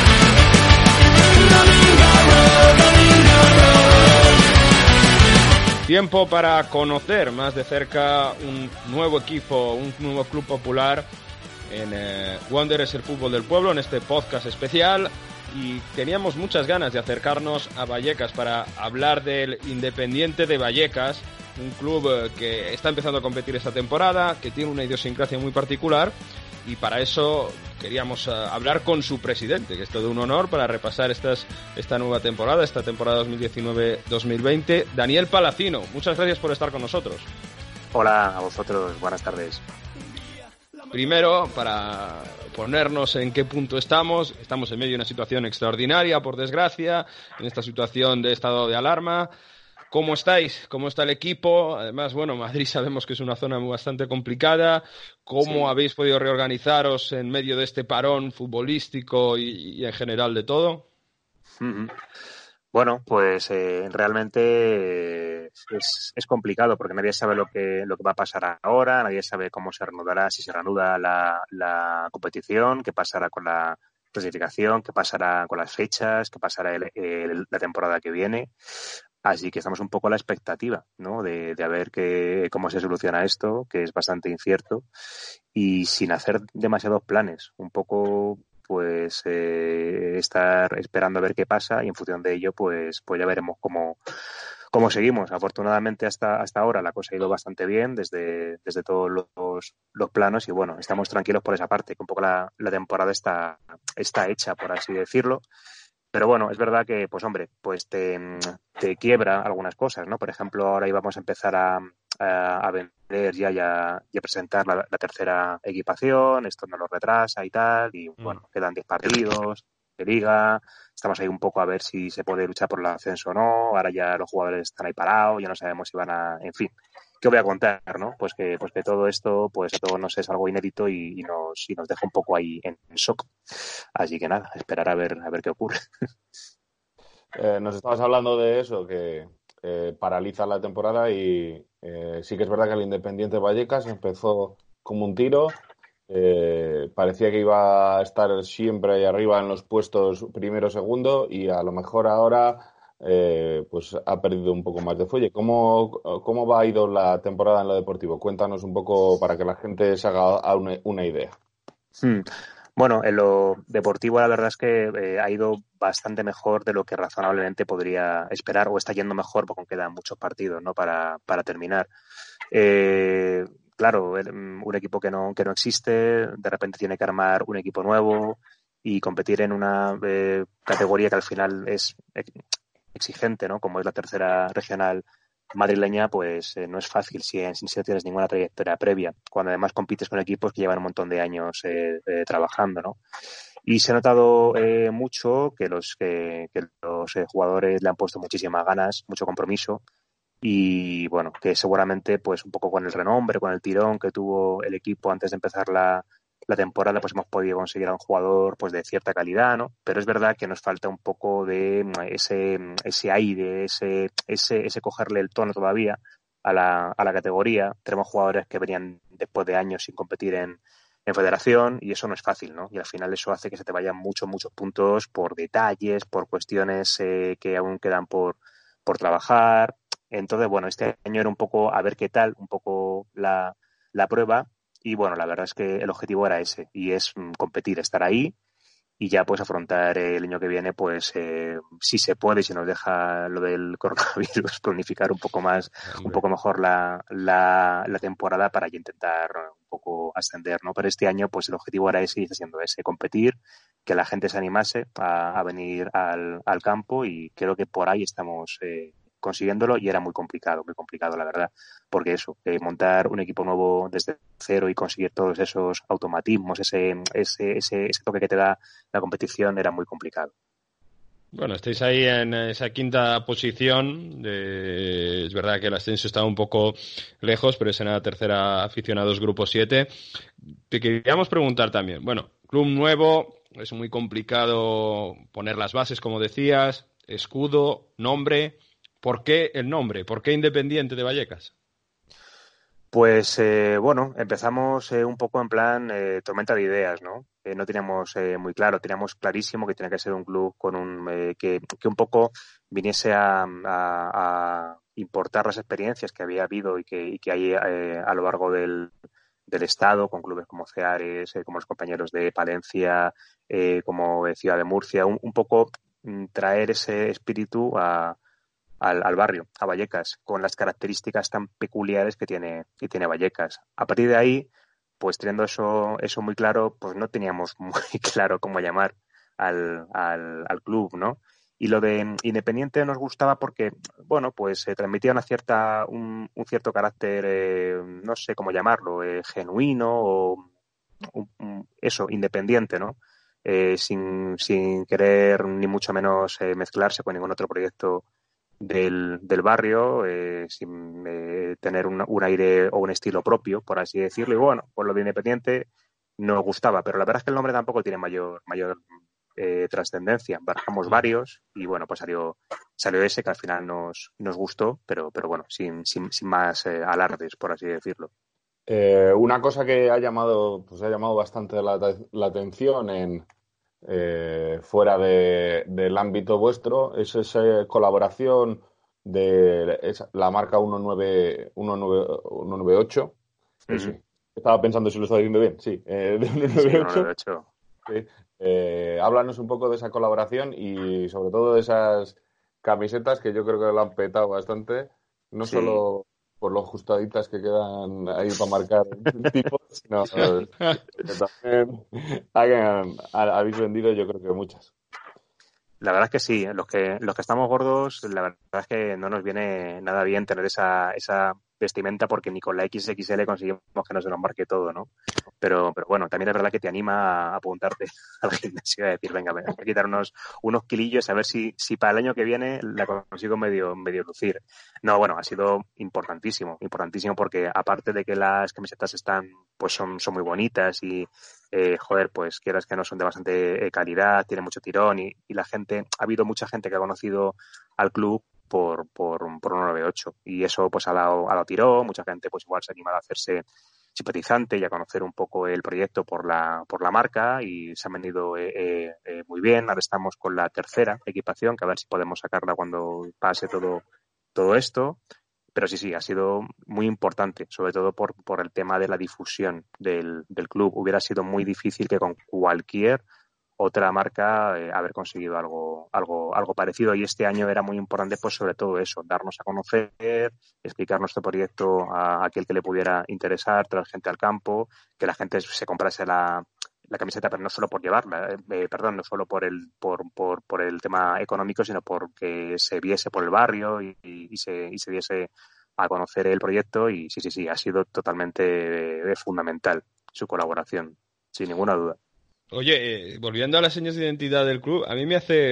Domingo Road, Domingo Road. Tiempo para conocer más de cerca un nuevo equipo, un nuevo club popular en Wanderers, el fútbol del pueblo, en este podcast especial. Y teníamos muchas ganas de acercarnos a Vallecas para hablar del Independiente de Vallecas, un club que está empezando a competir esta temporada, que tiene una idiosincrasia muy particular. Y para eso queríamos hablar con su presidente, que es todo un honor para repasar esta nueva temporada, esta temporada 2019-2020. Daniel Palacino, muchas gracias por estar con nosotros. Hola a vosotros, buenas tardes. Primero, para ponernos en qué punto estamos en medio de una situación extraordinaria, por desgracia, en esta situación de estado de alarma. ¿Cómo estáis? ¿Cómo está el equipo? Además, bueno, Madrid sabemos que es una zona bastante complicada. ¿Cómo habéis podido reorganizaros en medio de este parón futbolístico y en general de todo? Bueno, pues realmente es complicado porque nadie sabe lo que va a pasar ahora, nadie sabe cómo se reanudará, si se reanuda la competición, qué pasará con la clasificación, qué pasará con las fechas, qué pasará la temporada que viene. Así que estamos un poco a la expectativa, ¿no? De a ver cómo se soluciona esto, que es bastante incierto, y sin hacer demasiados planes. Un poco, pues, estar esperando a ver qué pasa y en función de ello, pues ya veremos cómo seguimos. Afortunadamente hasta ahora la cosa ha ido bastante bien desde todos los planos y bueno, estamos tranquilos por esa parte, que un poco la temporada está hecha, por así decirlo. Pero bueno, es verdad que, pues hombre, pues te quiebra algunas cosas, ¿no? Por ejemplo, ahora íbamos a empezar a vender y a presentar la tercera equipación, esto nos lo retrasa y tal, y bueno, quedan 10 partidos de liga, estamos ahí un poco a ver si se puede luchar por el ascenso o no, ahora ya los jugadores están ahí parados, ya no sabemos si van en fin. ¿Qué voy a contar, no? Pues que todo esto, pues a todos nos es algo inédito y nos deja un poco ahí en shock. Así que nada, esperar a ver qué ocurre. Nos estabas hablando de eso, que paraliza la temporada y sí que es verdad que el Independiente Vallecas empezó como un tiro. Parecía que iba a estar siempre ahí arriba en los puestos primero o segundo y a lo mejor ahora pues ha perdido un poco más de fuelle. ¿Cómo ha ido la temporada en lo deportivo? Cuéntanos un poco para que la gente se haga una idea. Bueno, en lo deportivo la verdad es que ha ido bastante mejor de lo que razonablemente podría esperar o está yendo mejor porque aún quedan muchos partidos, ¿no? para terminar. Claro, un equipo que no existe, de repente tiene que armar un equipo nuevo y competir en una categoría que al final es exigente, ¿no? Como es la tercera regional madrileña, pues no es fácil si no tienes ninguna trayectoria previa, cuando además compites con equipos que llevan un montón de años trabajando, ¿no? Y se ha notado mucho que los jugadores le han puesto muchísimas ganas, mucho compromiso y bueno, que seguramente pues un poco con el renombre, con el tirón que tuvo el equipo antes de empezar la temporada, pues hemos podido conseguir a un jugador pues de cierta calidad, ¿no? Pero es verdad que nos falta un poco de ese aire, ese cogerle el tono todavía a la categoría. Tenemos jugadores que venían después de años sin competir en federación y eso no es fácil, ¿no? Y al final eso hace que se te vayan muchos puntos por detalles, por cuestiones que aún quedan por trabajar. Entonces, bueno, este año era un poco a ver qué tal, un poco la prueba. Y bueno, la verdad es que el objetivo era ese, y es competir, estar ahí y ya pues afrontar el año que viene, pues si se puede, si nos deja lo del coronavirus, planificar un poco mejor la temporada para ya intentar un poco ascender, ¿no? Pero este año pues el objetivo era ese y está siendo ese, competir, que la gente se animase a venir al campo y creo que por ahí estamos consiguiéndolo y era muy complicado la verdad, porque eso, montar un equipo nuevo desde cero y conseguir todos esos automatismos, ese toque que te da la competición era muy complicado. Bueno, estáis ahí en esa quinta posición. Es verdad que el ascenso está un poco lejos, pero es en la tercera aficionados grupo 7. Te queríamos preguntar también, bueno, club nuevo, es muy complicado poner las bases, como decías, escudo, nombre. ¿Por qué el nombre? ¿Por qué Independiente de Vallecas? Pues bueno, empezamos un poco en plan tormenta de ideas, ¿no? No teníamos muy claro, teníamos clarísimo que tenía que ser un club con que un poco viniese a importar las experiencias que había habido y que hay a lo largo del estado, con clubes como Ceares, como los compañeros de Palencia, como Ciudad de Murcia, un poco traer ese espíritu al barrio, a Vallecas, con las características tan peculiares que tiene Vallecas. A partir de ahí, pues teniendo eso muy claro, pues no teníamos muy claro cómo llamar al club, ¿no? Y lo de Independiente nos gustaba porque, bueno, pues transmitía un cierto carácter, no sé cómo llamarlo, genuino o eso, independiente, ¿no? Sin querer ni mucho menos mezclarse con ningún otro proyecto del barrio, sin tener un aire o un estilo propio, por así decirlo. Y bueno, pues lo de Independiente nos gustaba, pero la verdad es que el nombre tampoco tiene mayor trascendencia. Barajamos varios y bueno, pues salió ese que al final nos gustó, pero bueno, sin más alardes, por así decirlo. Una cosa que ha llamado bastante la atención fuera del ámbito vuestro es esa colaboración la marca 198. Ujú. Estaba pensando si lo estaba diciendo bien. Sí, de Sí, 198. 198. Sí. Háblanos un poco de esa colaboración y sobre todo de esas camisetas que yo creo que lo han petado bastante, no Sí. solo por lo ajustaditas que quedan ahí para marcar el tipo, sino que también habéis vendido yo creo que muchas. La verdad es que sí, los que estamos gordos, la verdad es que no nos viene nada bien tener esa vestimenta porque ni con la XXL conseguimos que no se nos marque todo, ¿no? Pero bueno, también es verdad que te anima a apuntarte al gimnasio y a decir, venga, voy a quitar unos kilillos a ver si para el año que viene la consigo medio lucir. No, bueno, ha sido importantísimo porque aparte de que las camisetas pues son muy bonitas y joder, pues quieras que no son de bastante calidad, tiene mucho tirón y la gente, ha habido mucha gente que ha conocido al club por 198 y eso pues ha dado tirón, mucha gente pues igual se ha animado a hacerse simpatizante y a conocer un poco el proyecto por la marca y se han venido muy bien. Ahora estamos con la tercera equipación, que a ver si podemos sacarla cuando pase todo esto. Pero sí, ha sido muy importante, sobre todo por el tema de la difusión del club. Hubiera sido muy difícil que con cualquier otra marca haber conseguido algo parecido. Y este año era muy importante, pues sobre todo eso, darnos a conocer, explicar nuestro proyecto a aquel que le pudiera interesar, traer gente al campo, que la gente se comprase la camiseta, pero no solo por llevarla, no solo por el tema económico, sino porque se viese por el barrio y se diese a conocer el proyecto y sí, ha sido totalmente fundamental su colaboración, sin ninguna duda. Oye, volviendo a las señas de identidad del club, a mí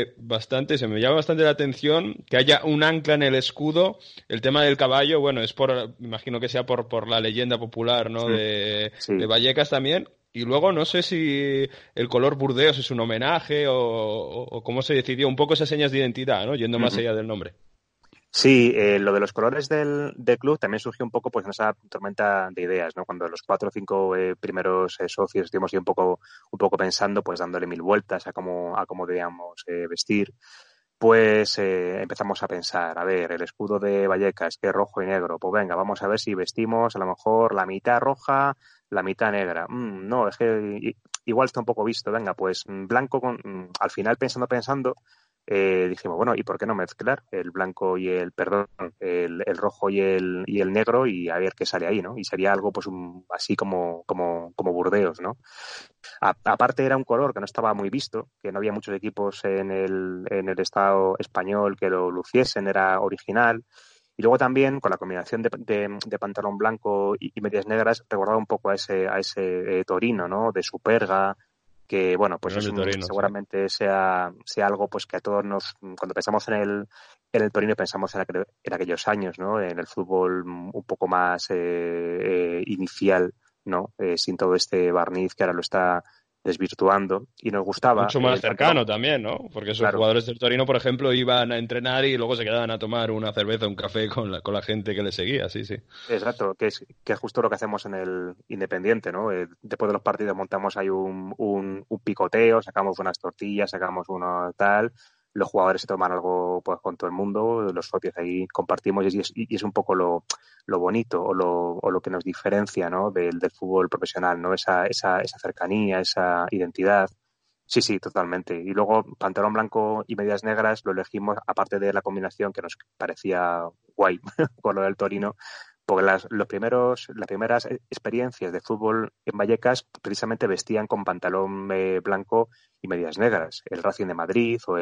se me llama bastante la atención que haya un ancla en el escudo. El tema del caballo, bueno, me imagino que sea por la leyenda popular, ¿no? De Vallecas también. Y luego no sé si el color Burdeos es un homenaje o cómo se decidió un poco esas señas de identidad, ¿no? Yendo más allá del nombre. Sí, lo de los colores del club también surgió un poco pues en esa tormenta de ideas, ¿no? Cuando los 4 o 5 primeros socios estuvimos ahí un poco pensando, pues dándole mil vueltas a cómo debíamos vestir, pues empezamos a pensar, a ver, el escudo de Vallecas, que es rojo y negro, pues venga, vamos a ver si vestimos a lo mejor la mitad roja, la mitad negra. No, es que igual está un poco visto, venga, pues blanco al final pensando, dijimos, bueno, ¿y por qué no mezclar el blanco y el rojo y el negro y a ver qué sale ahí, ¿no? Y sería algo pues así como Burdeos, ¿no? Aparte era un color que no estaba muy visto, que no había muchos equipos en el estado español que lo luciesen, era original. Y luego también con la combinación de pantalón blanco y medias negras recordaba un poco a ese Torino, ¿no? De Superga, que bueno, pues seguramente sea algo pues que a todos cuando pensamos en el Torino pensamos en aquellos años, ¿no? En el fútbol un poco más inicial, ¿no? Sin todo este barniz que ahora lo está desvirtuando y nos gustaba. Mucho más cercano también, ¿no? Porque esos jugadores del Torino, por ejemplo, iban a entrenar y luego se quedaban a tomar una cerveza, un café con la gente que les seguía, sí. Exacto, que es justo lo que hacemos en el Independiente, ¿no? Después de los partidos montamos ahí un picoteo, sacamos unas tortillas, sacamos uno tal, los jugadores se toman algo pues con todo el mundo, los socios ahí compartimos y es un poco lo bonito o lo que nos diferencia, ¿no? del fútbol profesional, ¿no? Esa cercanía, esa identidad. Sí, totalmente. Y luego pantalón blanco y medias negras lo elegimos, aparte de la combinación que nos parecía guay con lo del Torino, porque las primeras experiencias de fútbol en Vallecas precisamente vestían con pantalón blanco y medias negras. El Racing de Madrid o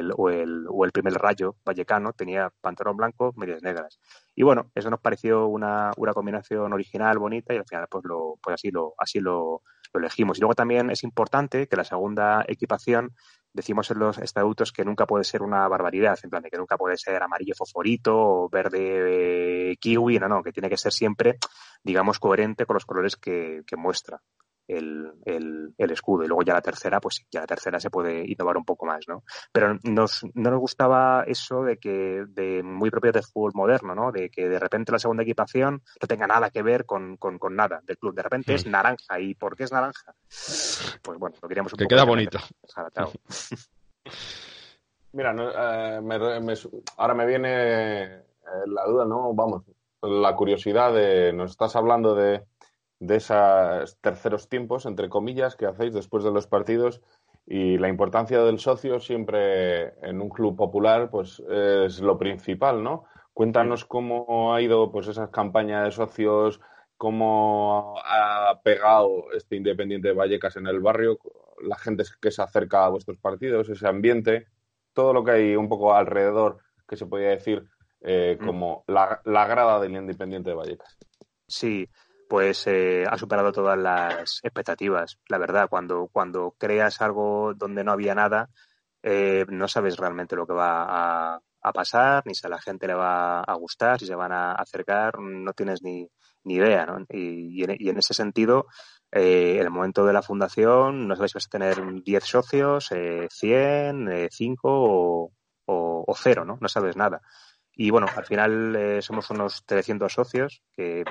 el primer Rayo vallecano tenía pantalón blanco, medias negras. Y bueno, eso nos pareció una combinación original, bonita, y al final pues así lo elegimos. Y luego también es importante que la segunda equipación decimos en los estatutos que nunca puede ser una barbaridad, en plan de que nunca puede ser amarillo fosforito o verde kiwi, no, que tiene que ser siempre, digamos, coherente con los colores que muestra el escudo. Y luego ya la tercera, pues sí, ya la tercera se puede innovar un poco más, ¿no? Pero no nos gustaba eso de muy propio del fútbol moderno, ¿no? De que de repente la segunda equipación no tenga nada que ver con nada del club. De repente es naranja. ¿Y por qué es naranja? Pues bueno, lo queríamos un que poco... queda bonito. Mira, ahora me viene la duda, ¿no? Vamos, la curiosidad nos estás hablando de esos terceros tiempos, entre comillas, que hacéis después de los partidos y la importancia del socio siempre en un club popular, pues es lo principal, ¿no? Cuéntanos cómo ha ido pues esa campaña de socios, cómo ha pegado este Independiente de Vallecas en el barrio, la gente que se acerca a vuestros partidos, ese ambiente, todo lo que hay un poco alrededor, que se podría decir como la grada del Independiente de Vallecas. Sí, pues ha superado todas las expectativas. La verdad, cuando creas algo donde no había nada, no sabes realmente lo que va a pasar, ni si a la gente le va a gustar, si se van a acercar, no tienes ni idea, ¿no? Y en ese sentido, en el momento de la fundación, no sabes si vas a tener 10 socios, 100, 5 o 0, ¿no? No sabes nada. Y bueno, al final somos unos 300 socios que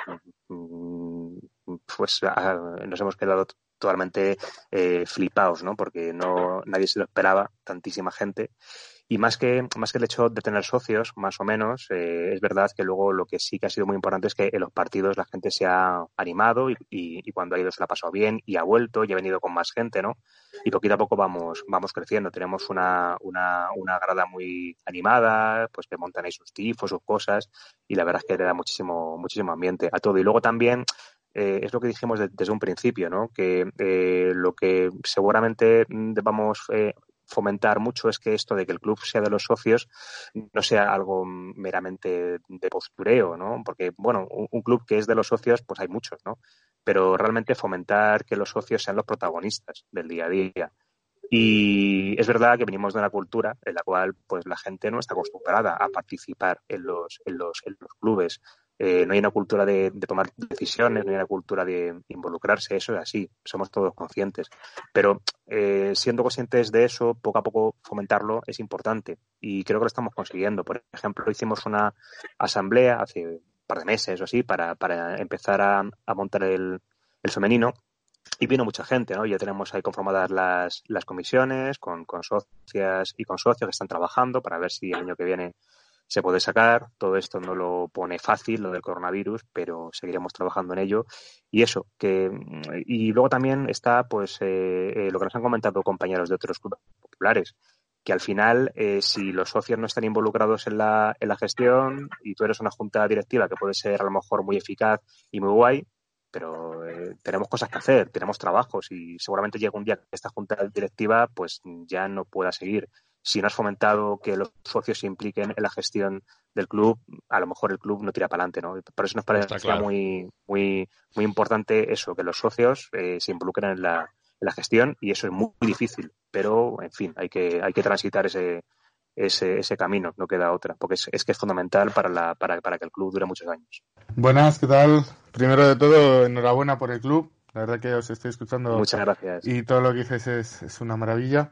pues nos hemos quedado totalmente flipados, ¿no? Porque nadie se lo esperaba, tantísima gente. Y más que el hecho de tener socios, más o menos, es verdad que luego lo que sí que ha sido muy importante es que en los partidos la gente se ha animado y cuando ha ido se la ha pasado bien y ha vuelto y ha venido con más gente, ¿no? Y poquito a poco vamos creciendo. Tenemos una grada muy animada, pues que montan ahí sus tifos, sus cosas, y la verdad es que le da muchísimo ambiente a todo. Y luego también es lo que dijimos desde un principio, ¿no? Que lo que seguramente vamos fomentar mucho es que esto de que el club sea de los socios no sea algo meramente de postureo, ¿no? Porque, bueno, un club que es de los socios, pues hay muchos, ¿no? Pero realmente fomentar que los socios sean los protagonistas del día a día. Y es verdad que venimos de una cultura en la cual pues la gente no está acostumbrada a participar en los clubes. No hay una cultura de tomar decisiones, no hay una cultura de involucrarse, eso es así, somos todos conscientes. Pero siendo conscientes de eso, poco a poco fomentarlo es importante y creo que lo estamos consiguiendo. Por ejemplo, hicimos una asamblea hace un par de meses o así para empezar a montar el femenino. Y vino mucha gente, ¿no? Ya tenemos ahí conformadas las comisiones con socias y con socios que están trabajando para ver si el año que viene se puede sacar. Todo esto no lo pone fácil, lo del coronavirus, pero seguiremos trabajando en ello. Y eso, y luego también está pues lo que nos han comentado compañeros de otros clubes populares, que al final, si los socios no están involucrados en la gestión y tú eres una junta directiva que puede ser a lo mejor muy eficaz y muy guay, pero tenemos cosas que hacer, tenemos trabajos y seguramente llega un día que esta junta directiva pues ya no pueda seguir. Si no has fomentado que los socios se impliquen en la gestión del club, a lo mejor el club no tira para adelante, ¿no? Por eso nos parece claro. muy importante eso, que los socios se involucren en la gestión y eso es muy difícil, pero en fin, hay que transitar ese camino, no queda otra, porque es que es fundamental para que el club dure muchos años. Buenas, ¿qué tal? Primero de todo, enhorabuena por el club. La verdad que os estoy escuchando. Muchas gracias. Y todo lo que dices es una maravilla.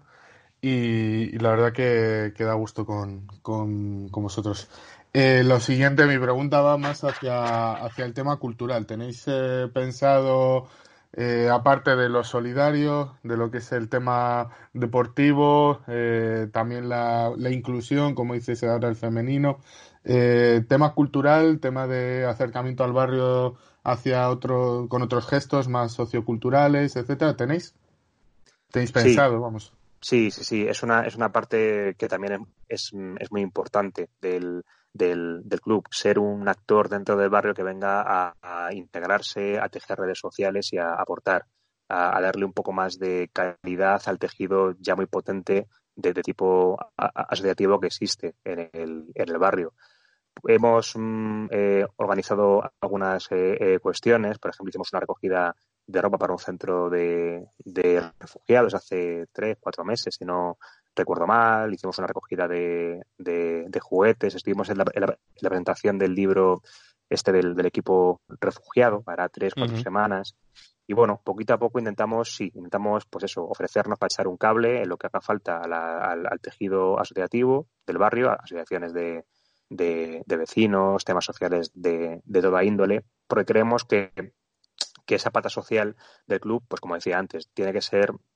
Y la verdad que da gusto con vosotros. Lo siguiente, mi pregunta va más hacia el tema cultural. ¿Tenéis pensado, aparte de lo solidario, de lo que es el tema deportivo, también la inclusión, como dices ahora, el femenino, tema cultural, tema de acercamiento al barrio con otros gestos más socioculturales, etcétera? ¿Tenéis pensado, vamos? Sí, es una parte que también es muy importante del club, ser un actor dentro del barrio que venga a integrarse, a tejer redes sociales y a aportar, a darle un poco más de calidad al tejido ya muy potente de tipo asociativo que existe en el barrio. Hemos organizado algunas cuestiones, por ejemplo, hicimos una recogida de ropa para un centro de refugiados hace 3-4 meses, si no recuerdo mal. Hicimos una recogida de juguetes, estuvimos en la presentación del libro del equipo refugiado para 3-4 semanas. Y bueno, poquito a poco intentamos pues eso, ofrecernos para echar un cable en lo que haga falta al tejido asociativo del barrio, asociaciones de vecinos, temas sociales de toda índole, porque creemos que esa pata social del club, pues como decía antes, tiene que ser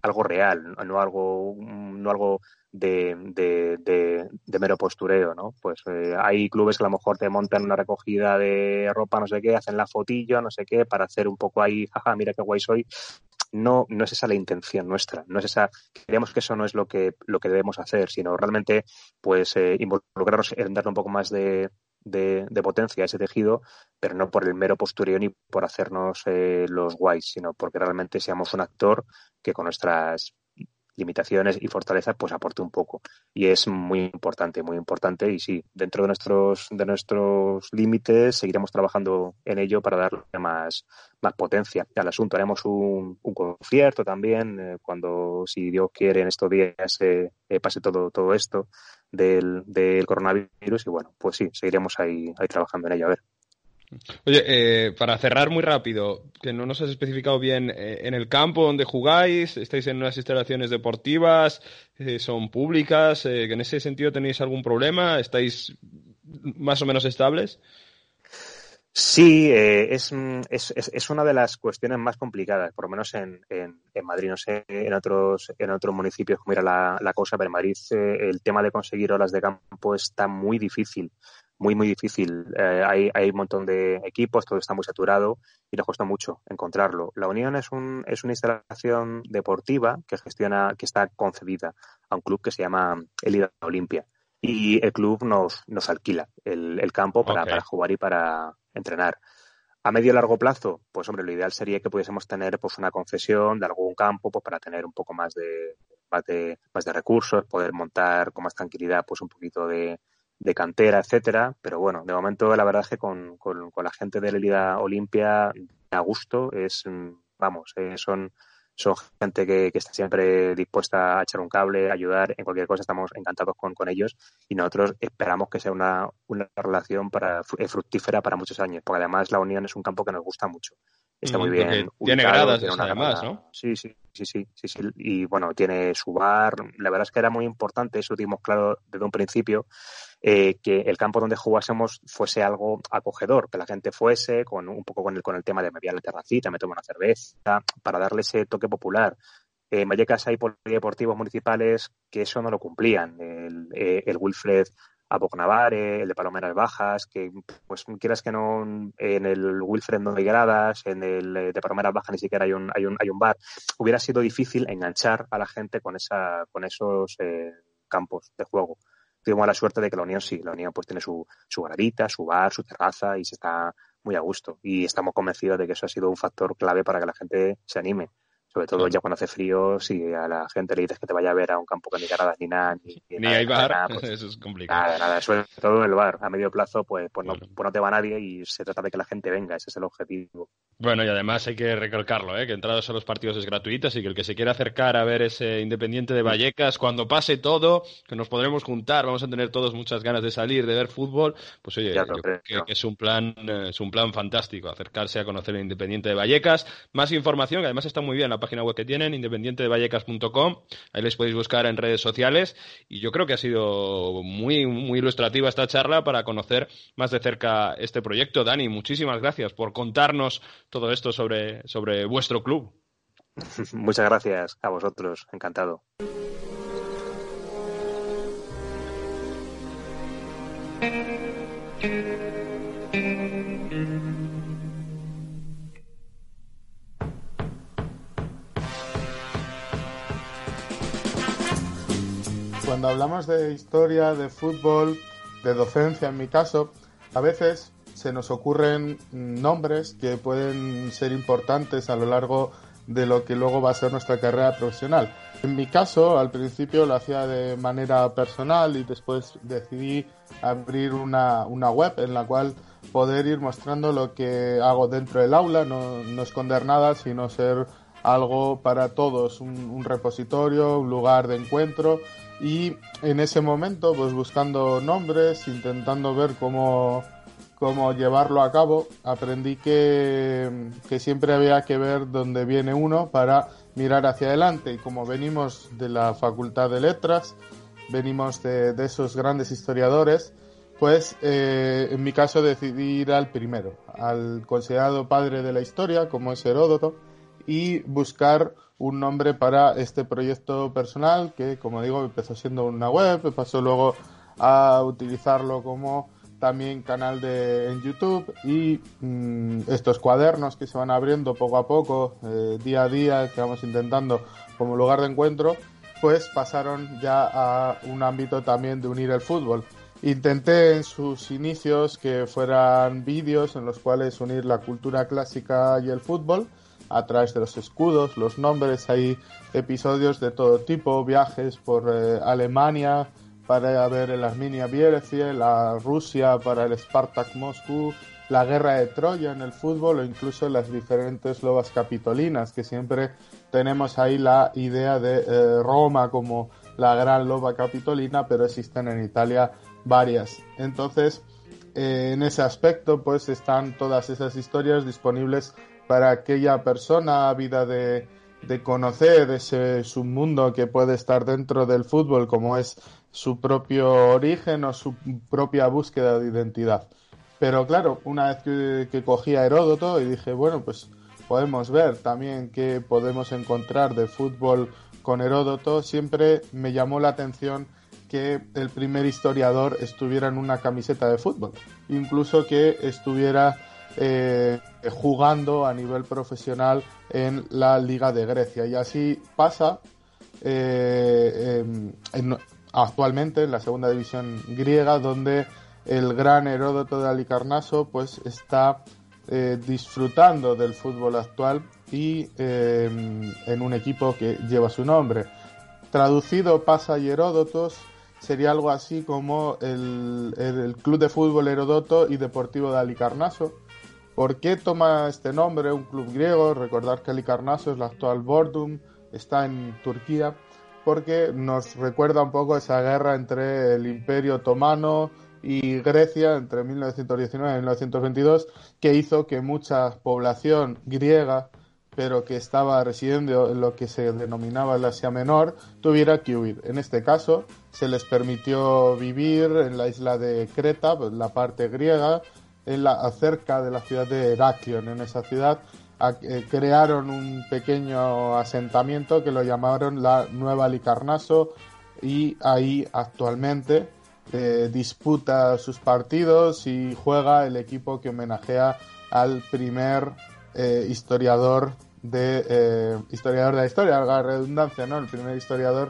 algo real, no algo de mero postureo, ¿no? Pues hay clubes que a lo mejor te montan una recogida de ropa, no sé qué, hacen la fotillo, no sé qué, para hacer un poco ahí, jaja, mira qué guay soy. No es esa la intención nuestra, no es esa, creemos que eso no es lo que debemos hacer, sino realmente pues involucrarnos en darle un poco más de potencia a ese tejido, pero no por el mero postureo ni por hacernos los guays, sino porque realmente seamos un actor que con nuestras limitaciones y fortalezas pues aporte un poco, y es muy importante, y sí, dentro de nuestros límites seguiremos trabajando en ello para darle más potencia al asunto. Haremos un concierto también cuando, si Dios quiere, en estos días pase todo esto del coronavirus, y bueno, pues sí, seguiremos ahí trabajando en ello. A ver. Oye, para cerrar muy rápido, que no nos has especificado bien, en el campo donde jugáis, estáis en unas instalaciones deportivas, son públicas, que en ese sentido tenéis algún problema, estáis más o menos estables. Sí, es una de las cuestiones más complicadas, por lo menos en Madrid. No sé, en otros municipios cómo era la cosa, pero en Madrid el tema de conseguir horas de campo está muy difícil, muy difícil. Hay un montón de equipos, todo está muy saturado y nos cuesta mucho encontrarlo. La Unión es una instalación deportiva que está concedida a un club que se llama Elida Olimpia. Y el club nos alquila el campo para jugar y para entrenar. A medio y largo plazo, pues hombre, lo ideal sería que pudiésemos tener pues una concesión de algún campo pues para tener un poco más de recursos, poder montar con más tranquilidad pues un poquito de cantera, etcétera. Pero bueno, de momento la verdad es que con la gente de la Liga Olimpia a gusto son gente que está siempre dispuesta a echar un cable, a ayudar en cualquier cosa. Estamos encantados con ellos, y nosotros esperamos que sea una relación fructífera para muchos años, porque además la Unión es un campo que nos gusta mucho. Está muy bien ubicado, tiene gradas, tiene una además, ¿no? Sí. Y bueno, tiene su bar. La verdad es que era muy importante, eso tuvimos claro desde un principio, que el campo donde jugásemos fuese algo acogedor, que la gente fuese un poco con el tema de me voy a la terracita, me tomo una cerveza, para darle ese toque popular. En Vallecas hay polideportivos municipales que eso no lo cumplían. El Wilfred Abognavare, el de Palomeras Bajas, que pues quieras que no, en el Wilfred no hay gradas, en el de Palomeras Bajas ni siquiera hay un bar. Hubiera sido difícil enganchar a la gente con esos campos de juego. Tuvimos la suerte de que la Unión pues tiene su gradita, su bar, su terraza, y se está muy a gusto. Y estamos convencidos de que eso ha sido un factor clave para que la gente se anime. Sobre todo ya cuando hace frío, si a la gente le dices que te vaya a ver a un campo que ni gradas ni nada, ni hay bar, nada, pues, eso es complicado. Nada, sobre todo en el bar. A medio plazo, pues no te va nadie, y se trata de que la gente venga, ese es el objetivo. Bueno, y además hay que recalcarlo, que entradas a los partidos es gratuitas, y que el que se quiera acercar a ver ese Independiente de Vallecas, cuando pase todo, que nos podremos juntar, vamos a tener todos muchas ganas de salir, de ver fútbol, pues oye, yo creo que es un plan fantástico, acercarse a conocer el Independiente de Vallecas. Más información, que además está muy bien la página web que tienen, independientedevallecas.com, ahí les podéis buscar en redes sociales, y yo creo que ha sido muy, muy ilustrativa esta charla para conocer más de cerca este proyecto. Dani, muchísimas gracias por contarnos todo esto sobre vuestro club. Muchas gracias a vosotros, encantado. Cuando hablamos de historia, de fútbol, de docencia en mi caso, a veces se nos ocurren nombres que pueden ser importantes a lo largo de lo que luego va a ser nuestra carrera profesional. En mi caso, al principio lo hacía de manera personal, y después decidí abrir una web en la cual poder ir mostrando lo que hago dentro del aula, no esconder nada, sino ser algo para todos, un repositorio, un lugar de encuentro. Y en ese momento, pues buscando nombres, intentando ver cómo llevarlo a cabo, aprendí que siempre había que ver dónde viene uno para mirar hacia adelante. Y como venimos de la Facultad de Letras, venimos de esos grandes historiadores, pues en mi caso decidí ir al primero, al considerado padre de la historia, como es Heródoto, y buscar un nombre para este proyecto personal que, como digo, empezó siendo una web, pasó luego a utilizarlo como también canal en YouTube y estos cuadernos que se van abriendo poco a poco, día a día, que vamos intentando como lugar de encuentro, pues pasaron ya a un ámbito también de unir el fútbol. Intenté en sus inicios que fueran vídeos en los cuales unir la cultura clásica y el fútbol a través de los escudos, los nombres. Hay episodios de todo tipo, viajes por Alemania para ver el Arminia Bielefeld, la Rusia para el Spartak Moscú, la guerra de Troya en el fútbol o incluso las diferentes lobas capitolinas, que siempre tenemos ahí la idea de Roma como la gran loba capitolina, pero existen en Italia varias. Entonces, en ese aspecto, pues están todas esas historias disponibles para aquella persona ávida de conocer ese submundo que puede estar dentro del fútbol, como es su propio origen o su propia búsqueda de identidad. Pero claro, una vez que cogí a Heródoto y dije, bueno, pues podemos ver también qué podemos encontrar de fútbol con Heródoto, siempre me llamó la atención que el primer historiador estuviera en una camiseta de fútbol, incluso que estuviera jugando a nivel profesional en la Liga de Grecia. Y así pasa actualmente en la segunda división griega, donde el gran Heródoto de Halicarnaso pues está disfrutando del fútbol actual y en un equipo que lleva su nombre. Traducido, Pasa y Heródotos sería algo así como el club de fútbol Heródoto y Deportivo de Halicarnaso. ¿Por qué toma este nombre un club griego? Recordar que Halicarnaso es la actual Bodrum, está en Turquía, porque nos recuerda un poco esa guerra entre el Imperio Otomano y Grecia entre 1919 y 1922, que hizo que mucha población griega, pero que estaba residiendo en lo que se denominaba el Asia Menor, tuviera que huir. En este caso, se les permitió vivir en la isla de Creta, pues, la parte griega, cerca de la ciudad de Heraclión. En esa ciudad crearon un pequeño asentamiento que lo llamaron la Nueva Halicarnaso y ahí actualmente disputa sus partidos y juega el equipo que homenajea al primer historiador de la historia, la redundancia, ¿no? El primer historiador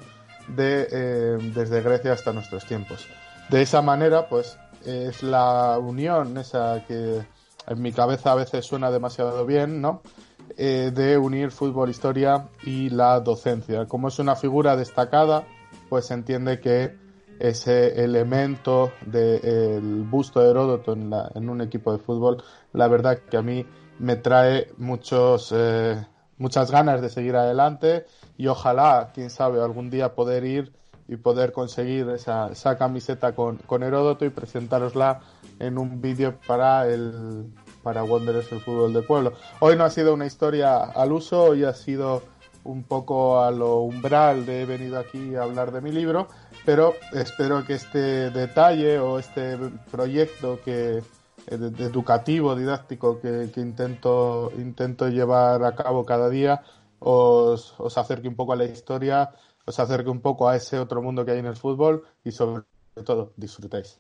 desde Grecia hasta nuestros tiempos. De esa manera, pues, es la unión esa que en mi cabeza a veces suena demasiado bien, ¿no? De unir fútbol, historia y la docencia. Como es una figura destacada, pues se entiende que ese elemento del busto de Heródoto en un equipo de fútbol, la verdad que a mí me trae muchas ganas de seguir adelante y ojalá, quién sabe, algún día poder ir y poder conseguir esa camiseta con Heródoto y presentárosla en un vídeo para Wanderers, el fútbol del pueblo. Hoy no ha sido una historia al uso, hoy ha sido un poco a lo umbral de he venido aquí a hablar de mi libro, pero espero que este detalle o este proyecto educativo, didáctico que intento llevar a cabo cada día os acerque un poco a la historia, os acerque un poco a ese otro mundo que hay en el fútbol y sobre todo disfrutéis.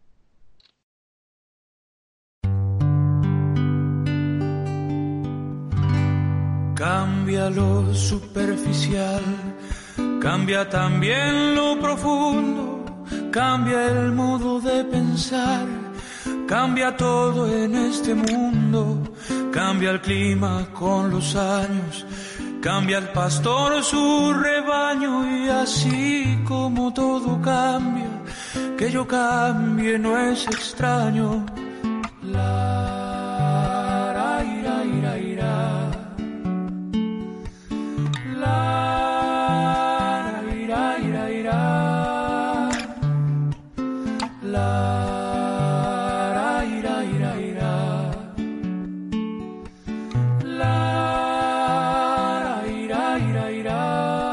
Cambia lo superficial, cambia también lo profundo, cambia el modo de pensar, cambia todo en este mundo, cambia el clima con los años, cambia el pastor su rebaño y así como todo cambia, que yo cambie no es extraño.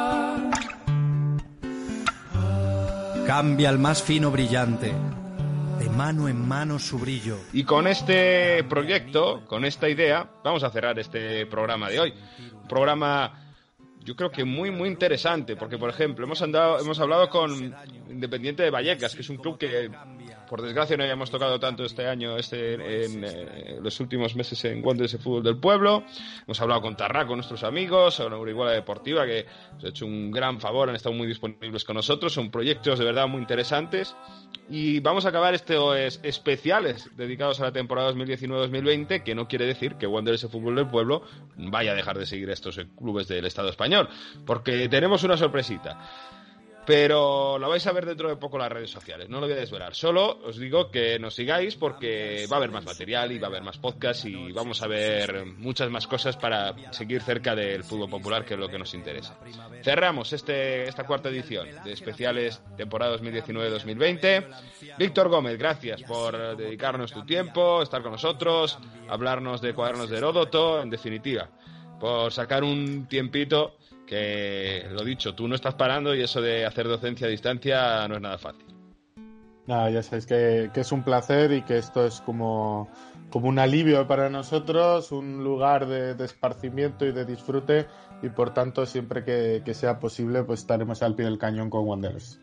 Cambia el más fino brillante, de mano en mano su brillo. Y con este proyecto, con esta idea, vamos a cerrar este programa de hoy. Un programa, yo creo que muy interesante, porque por ejemplo hemos hablado con Independiente de Vallecas, que es un club que por desgracia no hayamos tocado tanto este año en los últimos meses en Wanderers Fútbol del Pueblo. Hemos hablado con Tarraco, nuestros amigos, con Orihuela Deportiva, que nos ha hecho un gran favor, han estado muy disponibles con nosotros, son proyectos de verdad muy interesantes. Y vamos a acabar estos especiales dedicados a la temporada 2019-2020, que no quiere decir que Wanderers Fútbol del Pueblo vaya a dejar de seguir a estos clubes del Estado español, porque tenemos una sorpresita. Pero lo vais a ver dentro de poco en las redes sociales, no lo voy a desvelar. Solo os digo que nos sigáis porque va a haber más material y va a haber más podcasts y vamos a ver muchas más cosas para seguir cerca del fútbol popular, que es lo que nos interesa. Cerramos esta cuarta edición de especiales temporada 2019-2020. Víctor Gómez, gracias por dedicarnos tu tiempo, estar con nosotros, hablarnos de Cuadernos de Heródoto, en definitiva, por sacar un tiempito. Que, lo dicho, tú no estás parando y eso de hacer docencia a distancia no es nada fácil. Nada, ya sabéis que es un placer y que esto es como un alivio para nosotros, un lugar de esparcimiento y de disfrute, y por tanto siempre que sea posible pues estaremos al pie del cañón con Wanderers.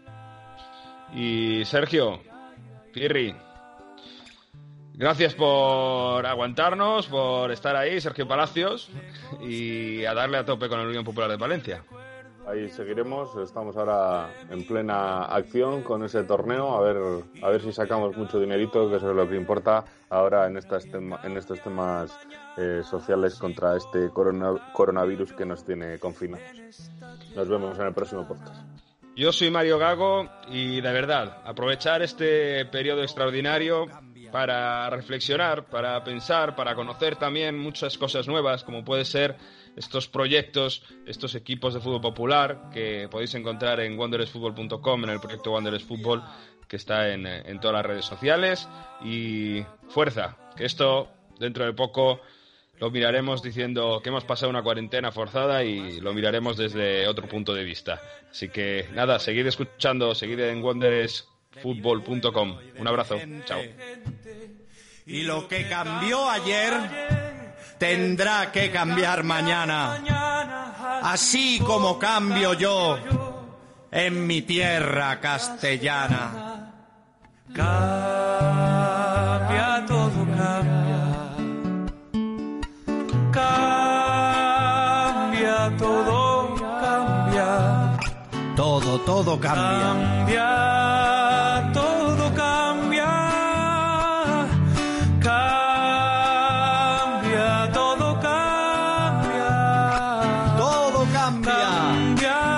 Y Sergio, Pirri, gracias por aguantarnos, por estar ahí, Sergio Palacios, y a darle a tope con el Unión Popular de Palencia. Ahí seguiremos, estamos ahora en plena acción con ese torneo, a ver si sacamos mucho dinerito, que eso es lo que importa ahora en estos temas sociales contra este coronavirus que nos tiene confinados. Nos vemos en el próximo podcast. Yo soy Mario Gago y de verdad, aprovechar este periodo extraordinario para reflexionar, para pensar, para conocer también muchas cosas nuevas, como puede ser estos proyectos, estos equipos de fútbol popular que podéis encontrar en wanderersfutbol.com, en el proyecto Wanderers Fútbol, que está en todas las redes sociales. Y fuerza, que esto dentro de poco lo miraremos diciendo que hemos pasado una cuarentena forzada y lo miraremos desde otro punto de vista. Así que nada, seguid escuchando, seguid en wanderersfutbol.com. Un abrazo, chao. Y lo que cambió ayer tendrá que cambiar mañana, así como cambio yo en mi tierra castellana. Cambia, todo cambia. Cambia, todo cambia. Todo cambia. Cambia, todo cambia. Cambia, todo cambia. Todo cambia. Cambia.